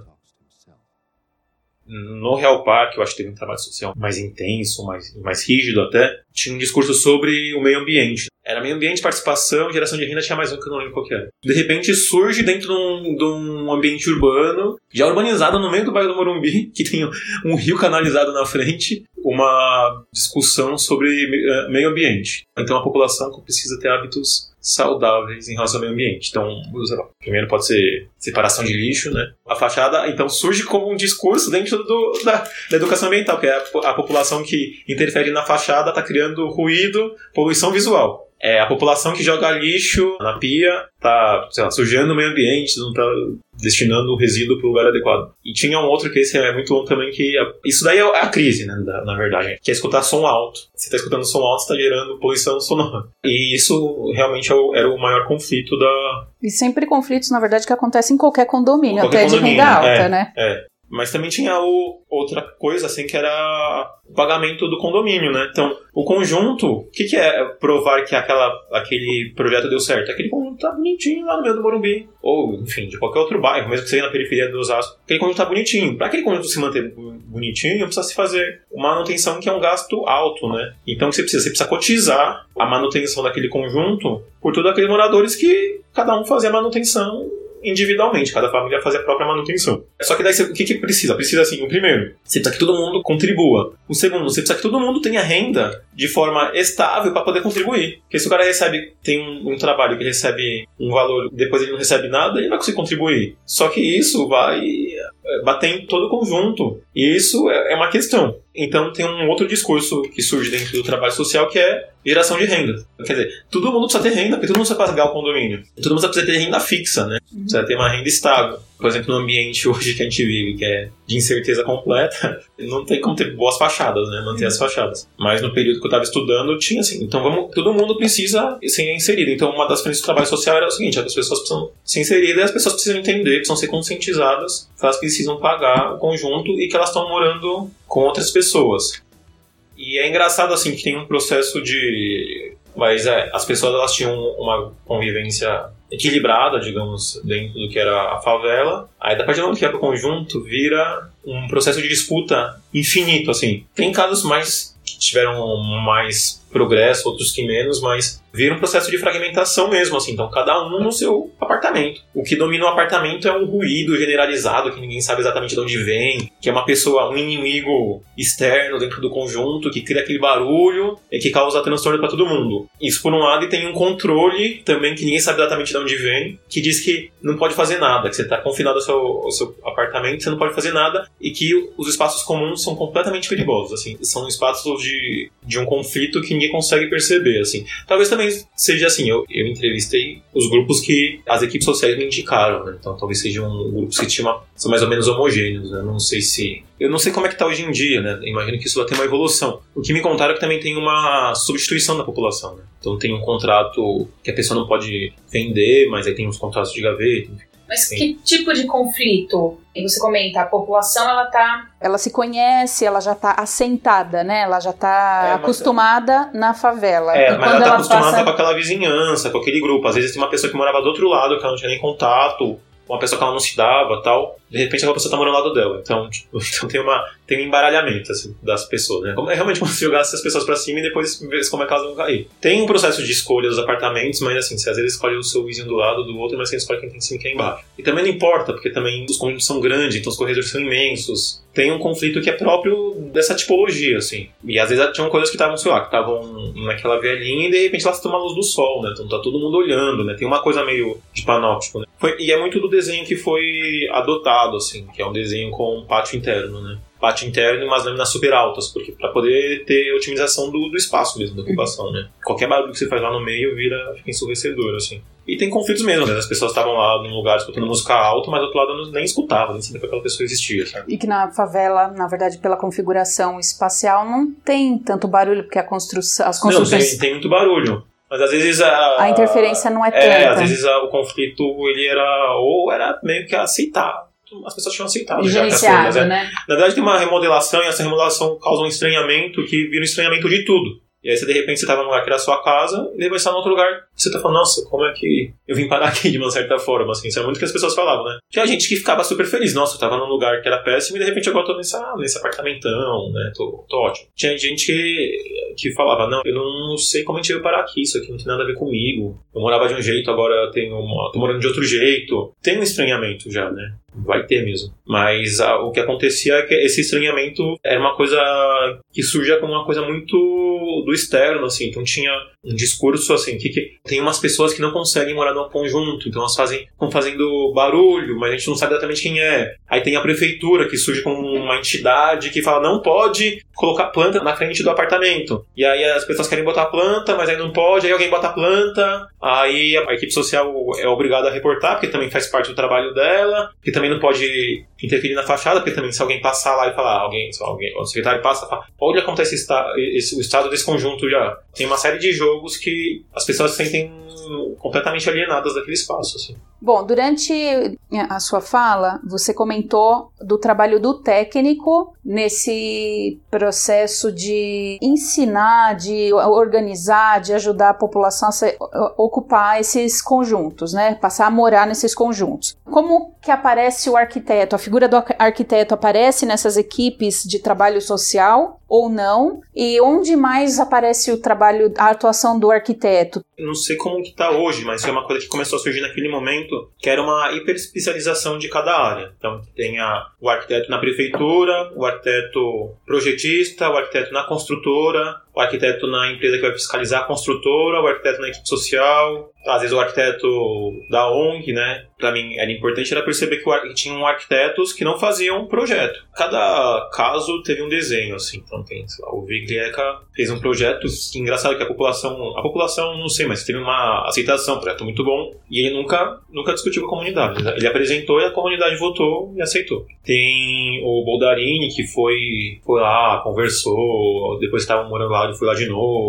No Real Parque, eu acho que teve um trabalho social mais intenso, mais, mais rígido até, tinha um discurso sobre o meio ambiente. Era meio ambiente, participação, geração de renda, tinha mais um que eu não lembro qual que era. De repente surge dentro de um, de um ambiente urbano, já urbanizado no meio do bairro do Morumbi, que tem um rio canalizado na frente, uma discussão sobre meio ambiente. Então a população precisa ter hábitos saudáveis em relação ao meio ambiente. Então, primeiro pode ser separação de lixo, né? A fachada, então, surge como um discurso dentro do, da, da educação ambiental, que é a, a população que interfere na fachada está criando ruído, poluição visual. É a população que joga lixo na pia, tá, sei lá, sujando o meio ambiente, não tá destinando o resíduo para o lugar adequado. E tinha um outro que esse é muito bom também, que a, isso daí é a crise, né, da, na verdade, que é escutar som alto. Você está escutando som alto, está gerando poluição sonora. E isso realmente é o, era o maior conflito da... E sempre conflitos, na verdade, que acontecem em qualquer condomínio, qualquer até condomínio, de renda alta, é, né? É. Mas também tinha o, outra coisa, assim, que era o pagamento do condomínio, né? Então, o conjunto, o que, que é provar que aquela, aquele projeto deu certo? Aquele conjunto tá bonitinho lá no meio do Morumbi. Ou, enfim, de qualquer outro bairro, mesmo que seja na periferia do Osasco. Aquele conjunto tá bonitinho. Para aquele conjunto se manter bonitinho, precisa se fazer uma manutenção que é um gasto alto, né? Então, o que você precisa? Você precisa cotizar a manutenção daquele conjunto por todos aqueles moradores que cada um fazia a manutenção individualmente, cada família fazia a própria manutenção. Só que daí você, o que, que precisa? Precisa assim, o primeiro, você precisa que todo mundo contribua. O segundo, você precisa que todo mundo tenha renda de forma estável para poder contribuir. Porque se o cara recebe, tem um, um trabalho que recebe um valor, depois ele não recebe nada, ele não vai conseguir contribuir. Só que isso vai bater em todo o conjunto. E isso é, é uma questão. Então tem um outro discurso que surge dentro do trabalho social, que é geração de renda. Quer dizer, todo mundo precisa ter renda, porque todo mundo precisa pagar o condomínio. Todo mundo precisa ter renda fixa, né? Precisa ter uma renda estável. Por exemplo, no ambiente hoje que a gente vive, que é de incerteza completa, não tem como ter boas fachadas, né? Manter as fachadas. Mas no período que eu estava estudando, tinha assim. Então vamos, todo mundo precisa ser inserido. Então uma das frentes do trabalho social era o seguinte, as pessoas precisam ser inseridas e as pessoas precisam entender, precisam ser conscientizadas que elas precisam pagar o conjunto e que elas estão morando com outras pessoas. E é engraçado assim que tem um processo de Mas é, as pessoas elas tinham uma convivência equilibrada, digamos, dentro do que era a favela. Aí, da partir do momento que é pro conjunto, vira um processo de disputa infinito, assim. Tem casos mais que tiveram mais progresso, outros que menos, mas vira um processo de fragmentação mesmo, assim. Então, cada um no seu apartamento. O que domina o apartamento é um ruído generalizado, que ninguém sabe exatamente de onde vem, que é uma pessoa, um inimigo externo dentro do conjunto, que cria aquele barulho e que causa transtorno para todo mundo. Isso por um lado, e tem um controle também, que ninguém sabe exatamente de onde vem, que diz que não pode fazer nada, que você está confinado ao seu, ao seu apartamento, você não pode fazer nada, e que os espaços comuns são completamente perigosos, assim. São espaços de, de um conflito que ninguém consegue perceber, assim. Talvez também seja assim, eu, eu entrevistei os grupos que as equipes sociais me indicaram, né? Então talvez sejam grupos que tinham uma, são mais ou menos homogêneos, né? Não sei se... Eu não sei como é que tá hoje em dia, né? Eu imagino que isso vai ter uma evolução. O que me contaram é que também tem uma substituição da população, né? Então tem um contrato que a pessoa não pode vender, mas aí tem uns contratos de gaveta, enfim. Mas que tipo de conflito? E você comenta, a população, ela tá... Ela se conhece, ela já tá assentada, né? Ela já tá É, mas- acostumada na favela. É, E mas quando ela tá acostumada passa... com aquela vizinhança, com aquele grupo. Às vezes tem uma pessoa que morava do outro lado, que ela não tinha nem contato, uma pessoa que ela não se dava, tal. De repente aquela pessoa tá morando ao lado dela. Então, tipo, então tem, uma, tem um embaralhamento, assim, das pessoas, né? Como- É realmente como se jogasse essas pessoas pra cima e depois ver como é que elas vão cair. Tem um processo de escolha dos apartamentos, mas assim, você às vezes escolhe o seu vizinho do lado, do outro, mas quem escolhe quem tem em cima e quem embaixo. E também não importa, porque também os conjuntos são grandes, então os corredores são imensos. Tem um conflito que é próprio dessa tipologia, assim. E às vezes tinham coisas que estavam, sei lá, que estavam naquela vielinha e de repente elas tomam a luz do sol, né? Então tá todo mundo olhando, né? Tem uma coisa meio de panóptico, né? Foi, e é muito do desenho que foi adotado, assim, que é um desenho com um pátio interno, né? Pátio interno e umas lâminas super altas, porque para poder ter otimização do, do espaço mesmo, da ocupação, né? Qualquer barulho que você faz lá no meio vira, fica ensurdecedor, assim. E tem conflitos mesmo, né? As pessoas estavam lá num lugar escutando música alta, mas do outro lado nem escutava, nem sabia que aquela pessoa existia, sabe? E que na favela, na verdade, pela configuração espacial, não tem tanto barulho, porque a construção, as Não, construções... tem, tem muito barulho. Mas às vezes a... A interferência não é tanta. É, às vezes a, o conflito, ele era... Ou era meio que aceitável. As pessoas tinham aceitado já que as coisas, é. né? Na verdade tem uma remodelação e essa remodelação causa um estranhamento que vira um estranhamento de tudo. E aí você, de repente, você tava num lugar que era a sua casa e depois você tá num outro lugar e você tá falando, nossa, como é que eu vim parar aqui de uma certa forma, assim. Isso é muito que as pessoas falavam, né? Tinha gente que ficava super feliz, nossa, eu tava num lugar que era péssimo e de repente agora eu tô nessa, nesse apartamentão, né? Tô, tô ótimo. Tinha gente que, que falava, não, eu não sei como a gente veio parar aqui, isso aqui não tem nada a ver comigo. Eu morava de um jeito, agora eu tenho uma, tô morando de outro jeito. Tem um estranhamento já, né? Vai ter mesmo. Mas a, o que acontecia é que esse estranhamento era uma coisa que surgia como uma coisa muito do externo, assim. Então tinha um discurso assim, que, que tem umas pessoas que não conseguem morar num conjunto, então elas fazem, estão fazendo barulho, mas a gente não sabe exatamente quem é. Aí tem a prefeitura que surge como uma entidade que fala, não pode colocar planta na frente do apartamento. E aí as pessoas querem botar planta, mas aí não pode, aí alguém bota planta, aí a equipe social é obrigada a reportar, porque também faz parte do trabalho dela, que também não pode interferir na fachada, porque também se alguém passar lá e falar, alguém, se alguém, o secretário passa e fala, olha como está esse, esse, o estado desse conjunto já. Tem uma série de jogos que as pessoas se sentem completamente alienadas daquele espaço, assim. Bom, durante a sua fala, você comentou do trabalho do técnico nesse processo de ensinar, de organizar, de ajudar a população a se, a ocupar esses conjuntos, né? Passar a morar nesses conjuntos. Como que aparece o arquiteto? A figura do arquiteto aparece nessas equipes de trabalho social ou não? E onde mais aparece o trabalho, a atuação do arquiteto? Eu não sei como que tá hoje, mas foi uma coisa que começou a surgir naquele momento, que era uma hiperespecialização de cada área. Então tem a, o arquiteto na prefeitura, o arquiteto projetista, o arquiteto na construtora, o arquiteto na empresa que vai fiscalizar a construtora, o arquiteto na equipe social, às vezes o arquiteto da O N G, né? Pra mim era importante era perceber que, o, que tinham arquitetos que não faziam projeto. Cada caso teve um desenho, assim. Então tem, sei lá, o Viglieca fez um projeto, que, engraçado que a população, a população não sei, mas teve uma aceitação, um projeto muito bom, e ele nunca, nunca discutiu com a comunidade. Ele apresentou e a comunidade votou e aceitou. Tem o Boldarini, que foi, foi lá, conversou, depois estavam morando lá, ele foi lá de novo.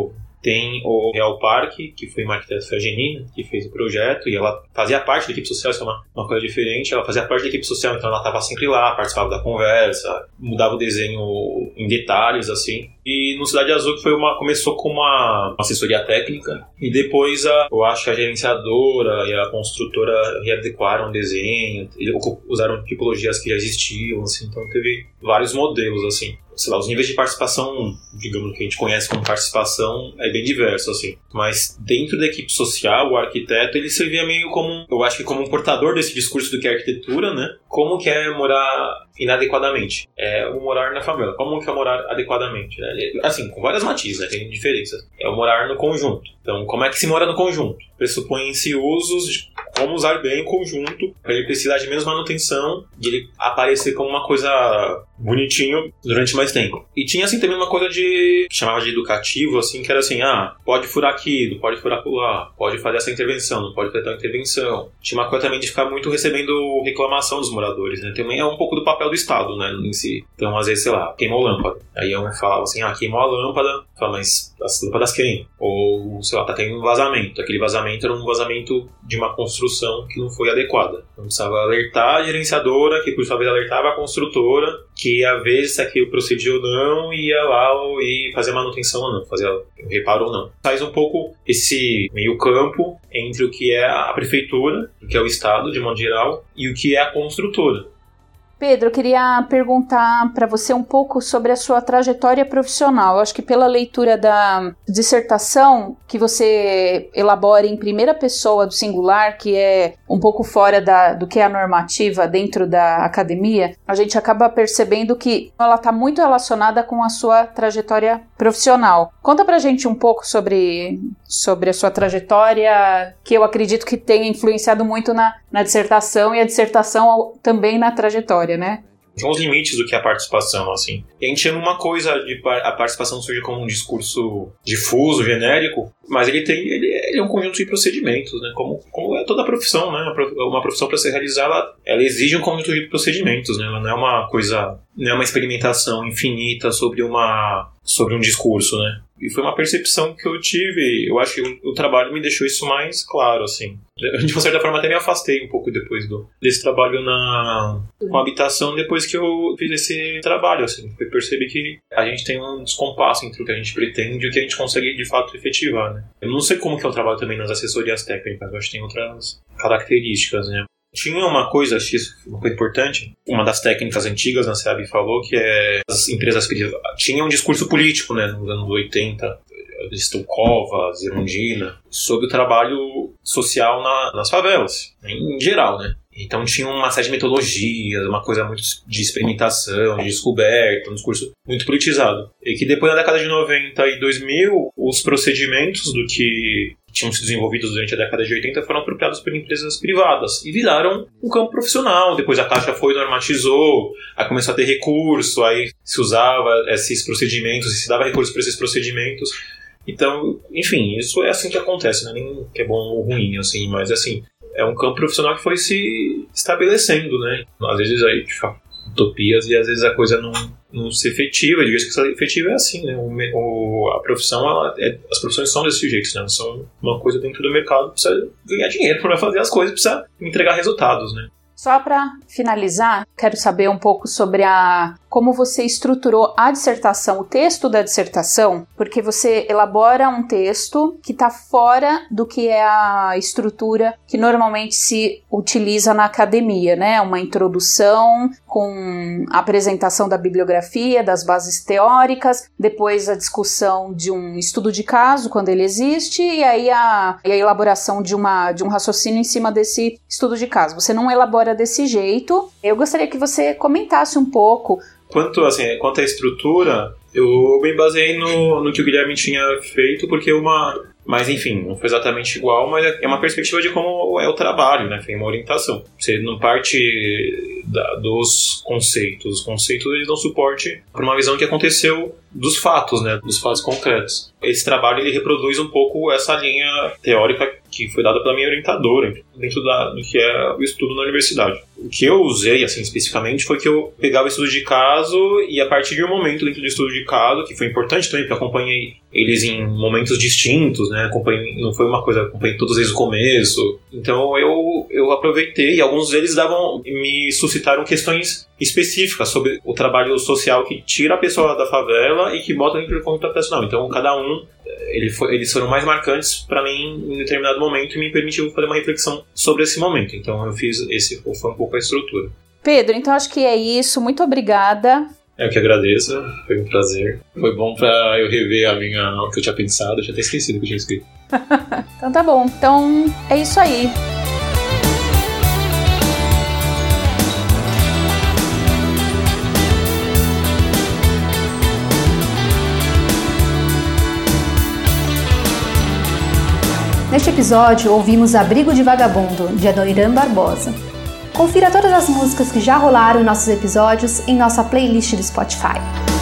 tem o Real Parque, que foi uma arquiteta, foi a Genina, que fez o projeto, e ela fazia parte da equipe social, isso é uma, uma coisa diferente, ela fazia parte da equipe social, então ela estava sempre lá, participava da conversa, mudava o desenho em detalhes, assim. E no Cidade Azul foi uma, começou com uma, uma assessoria técnica, e depois a, eu acho que a gerenciadora e a construtora readequaram o desenho, usaram tipologias que já existiam, assim, então teve vários modelos, assim. Sei lá, os níveis de participação, digamos, que a gente conhece como participação, é bem diverso, assim. Mas dentro da equipe social, o arquiteto, ele servia meio como, eu acho que como um portador desse discurso do que é arquitetura, né? Como que é morar inadequadamente? É o morar na favela. Como que é morar adequadamente? Né? Assim, com várias matizes, né? Tem diferenças. É o morar no conjunto. Então, como é que se mora no conjunto? Pressupõem-se usos de como usar bem o conjunto, para ele precisar de menos manutenção, de ele aparecer como uma coisa bonitinho durante mais tempo. E tinha assim também uma coisa de que chamava de educativo, assim, que era assim, ah, pode furar aqui, não pode furar lá, pode fazer essa intervenção, não pode fazer tal intervenção. Tinha uma coisa também de ficar muito recebendo reclamação dos moradores, né? Também é um pouco do papel do Estado, né, em si. Então, às vezes, sei lá, queimou lâmpada. Aí eu falava assim, ah, queimou a lâmpada, fala, mas as lâmpadas queimam. Ou, sei lá, tá tendo um vazamento. Aquele vazamento era um vazamento de uma construção que não foi adequada. Então precisava alertar a gerenciadora, que por sua vez alertava a construtora, que ia ver se aquilo procedia ou não, e ia lá e fazer a manutenção ou não, fazer o reparo ou não. Faz um pouco esse meio campo entre o que é a prefeitura, o que é o Estado, de modo geral, e o que é a construtora. Pedro, eu queria perguntar para você um pouco sobre a sua trajetória profissional. Eu acho que pela leitura da dissertação, que você elabora em primeira pessoa do singular, que é um pouco fora da, do que é a normativa dentro da academia, a gente acaba percebendo que ela está muito relacionada com a sua trajetória profissional. Conta pra gente um pouco sobre, sobre a sua trajetória, que eu acredito que tenha influenciado muito na, na dissertação, e a dissertação também na trajetória, né? Tem uns limites do que é a participação, assim. E a gente chama uma coisa de a participação surge como um discurso difuso, genérico, mas ele tem ele, ele é um conjunto de procedimentos, né? Como, como é toda a profissão, né? Uma profissão, para ser realizada, ela, ela exige um conjunto de procedimentos, né? Ela não é uma coisa, não é uma experimentação infinita sobre uma sobre um discurso, né? E foi uma percepção que eu tive. Eu acho que o, o trabalho me deixou isso mais claro, assim. De uma certa forma até me afastei um pouco depois do, desse trabalho na, com a habitação, depois que eu fiz esse trabalho, assim. Eu percebi que a gente tem um descompasso entre o que a gente pretende e o que a gente consegue de fato efetivar, né? Eu não sei como que é o trabalho também nas assessorias técnicas, eu acho que tem outras características, né? Tinha uma coisa, acho que isso foi uma coisa importante, uma das técnicas antigas, na SEAB falou, que é as empresas privadas tinham um discurso político, né, nos anos oitenta, Stulcova, Zerundina, sobre o trabalho social na, nas favelas, em geral, né. Então tinha uma série de metodologias, uma coisa muito de experimentação, de descoberta, um discurso muito politizado. E que depois, na década de noventa e dois mil, os procedimentos do que tinham sido desenvolvidos durante a década de oitenta foram apropriados por empresas privadas e viraram um campo profissional. Depois a Caixa foi e normatizou, aí começou a ter recurso, aí se usava esses procedimentos e se dava recurso para esses procedimentos. Então, enfim, isso é assim que acontece, não é nem que é bom ou ruim, assim, mas assim, é um campo profissional que foi se estabelecendo, né? Às vezes aí, tipo, utopias, e às vezes a coisa não, não se efetiva. Eu digo que essa efetiva é assim, né? O, o, a profissão, ela é, as profissões são desse jeito, né? São uma coisa dentro do mercado, precisa ganhar dinheiro para fazer as coisas, precisa entregar resultados, né? Só para finalizar, quero saber um pouco sobre a como você estruturou a dissertação, o texto da dissertação, porque você elabora um texto que está fora do que é a estrutura que normalmente se utiliza na academia, né? Uma introdução com a apresentação da bibliografia, das bases teóricas, depois a discussão de um estudo de caso, quando ele existe, e aí a, e a elaboração de, uma, de um raciocínio em cima desse estudo de caso. Você não elabora desse jeito. Eu gostaria que você comentasse um pouco. Quanto, assim, quanto à estrutura, eu me baseei no, no que o Guilherme tinha feito, porque uma... Mas, enfim, não foi exatamente igual, mas é uma perspectiva de como é o trabalho, né? Tem uma orientação. Você não parte da, dos conceitos. Os conceitos eles dão suporte para uma visão que aconteceu dos fatos, né, dos fatos concretos. Esse trabalho ele reproduz um pouco essa linha teórica que foi dada pela minha orientadora dentro da, do que é o estudo na universidade. O que eu usei, assim, especificamente, foi que eu pegava o estudo de caso e a partir de um momento dentro do estudo de caso, que foi importante também, porque eu acompanhei eles em momentos distintos, né, acompanhei, não foi uma coisa, acompanhei todos eles no começo. Então eu, eu aproveitei e alguns deles davam, me suscitaram questões específicas sobre o trabalho social que tira a pessoa da favela e que bota dentro do contexto profissional. Então cada um, ele foi, eles foram mais marcantes para mim em determinado momento e me permitiu fazer uma reflexão sobre esse momento. Então eu fiz, esse foi um pouco a estrutura. Pedro, então acho que é isso. Muito obrigada. Eu que agradeço, foi um prazer. Foi bom pra eu rever a minha, o que eu tinha pensado, eu tinha até esquecido o que eu tinha escrito. Então tá bom, então é isso aí. Neste episódio, ouvimos Abrigo de Vagabundo, de Adoniran Barbosa. Confira todas as músicas que já rolaram em nossos episódios em nossa playlist do Spotify.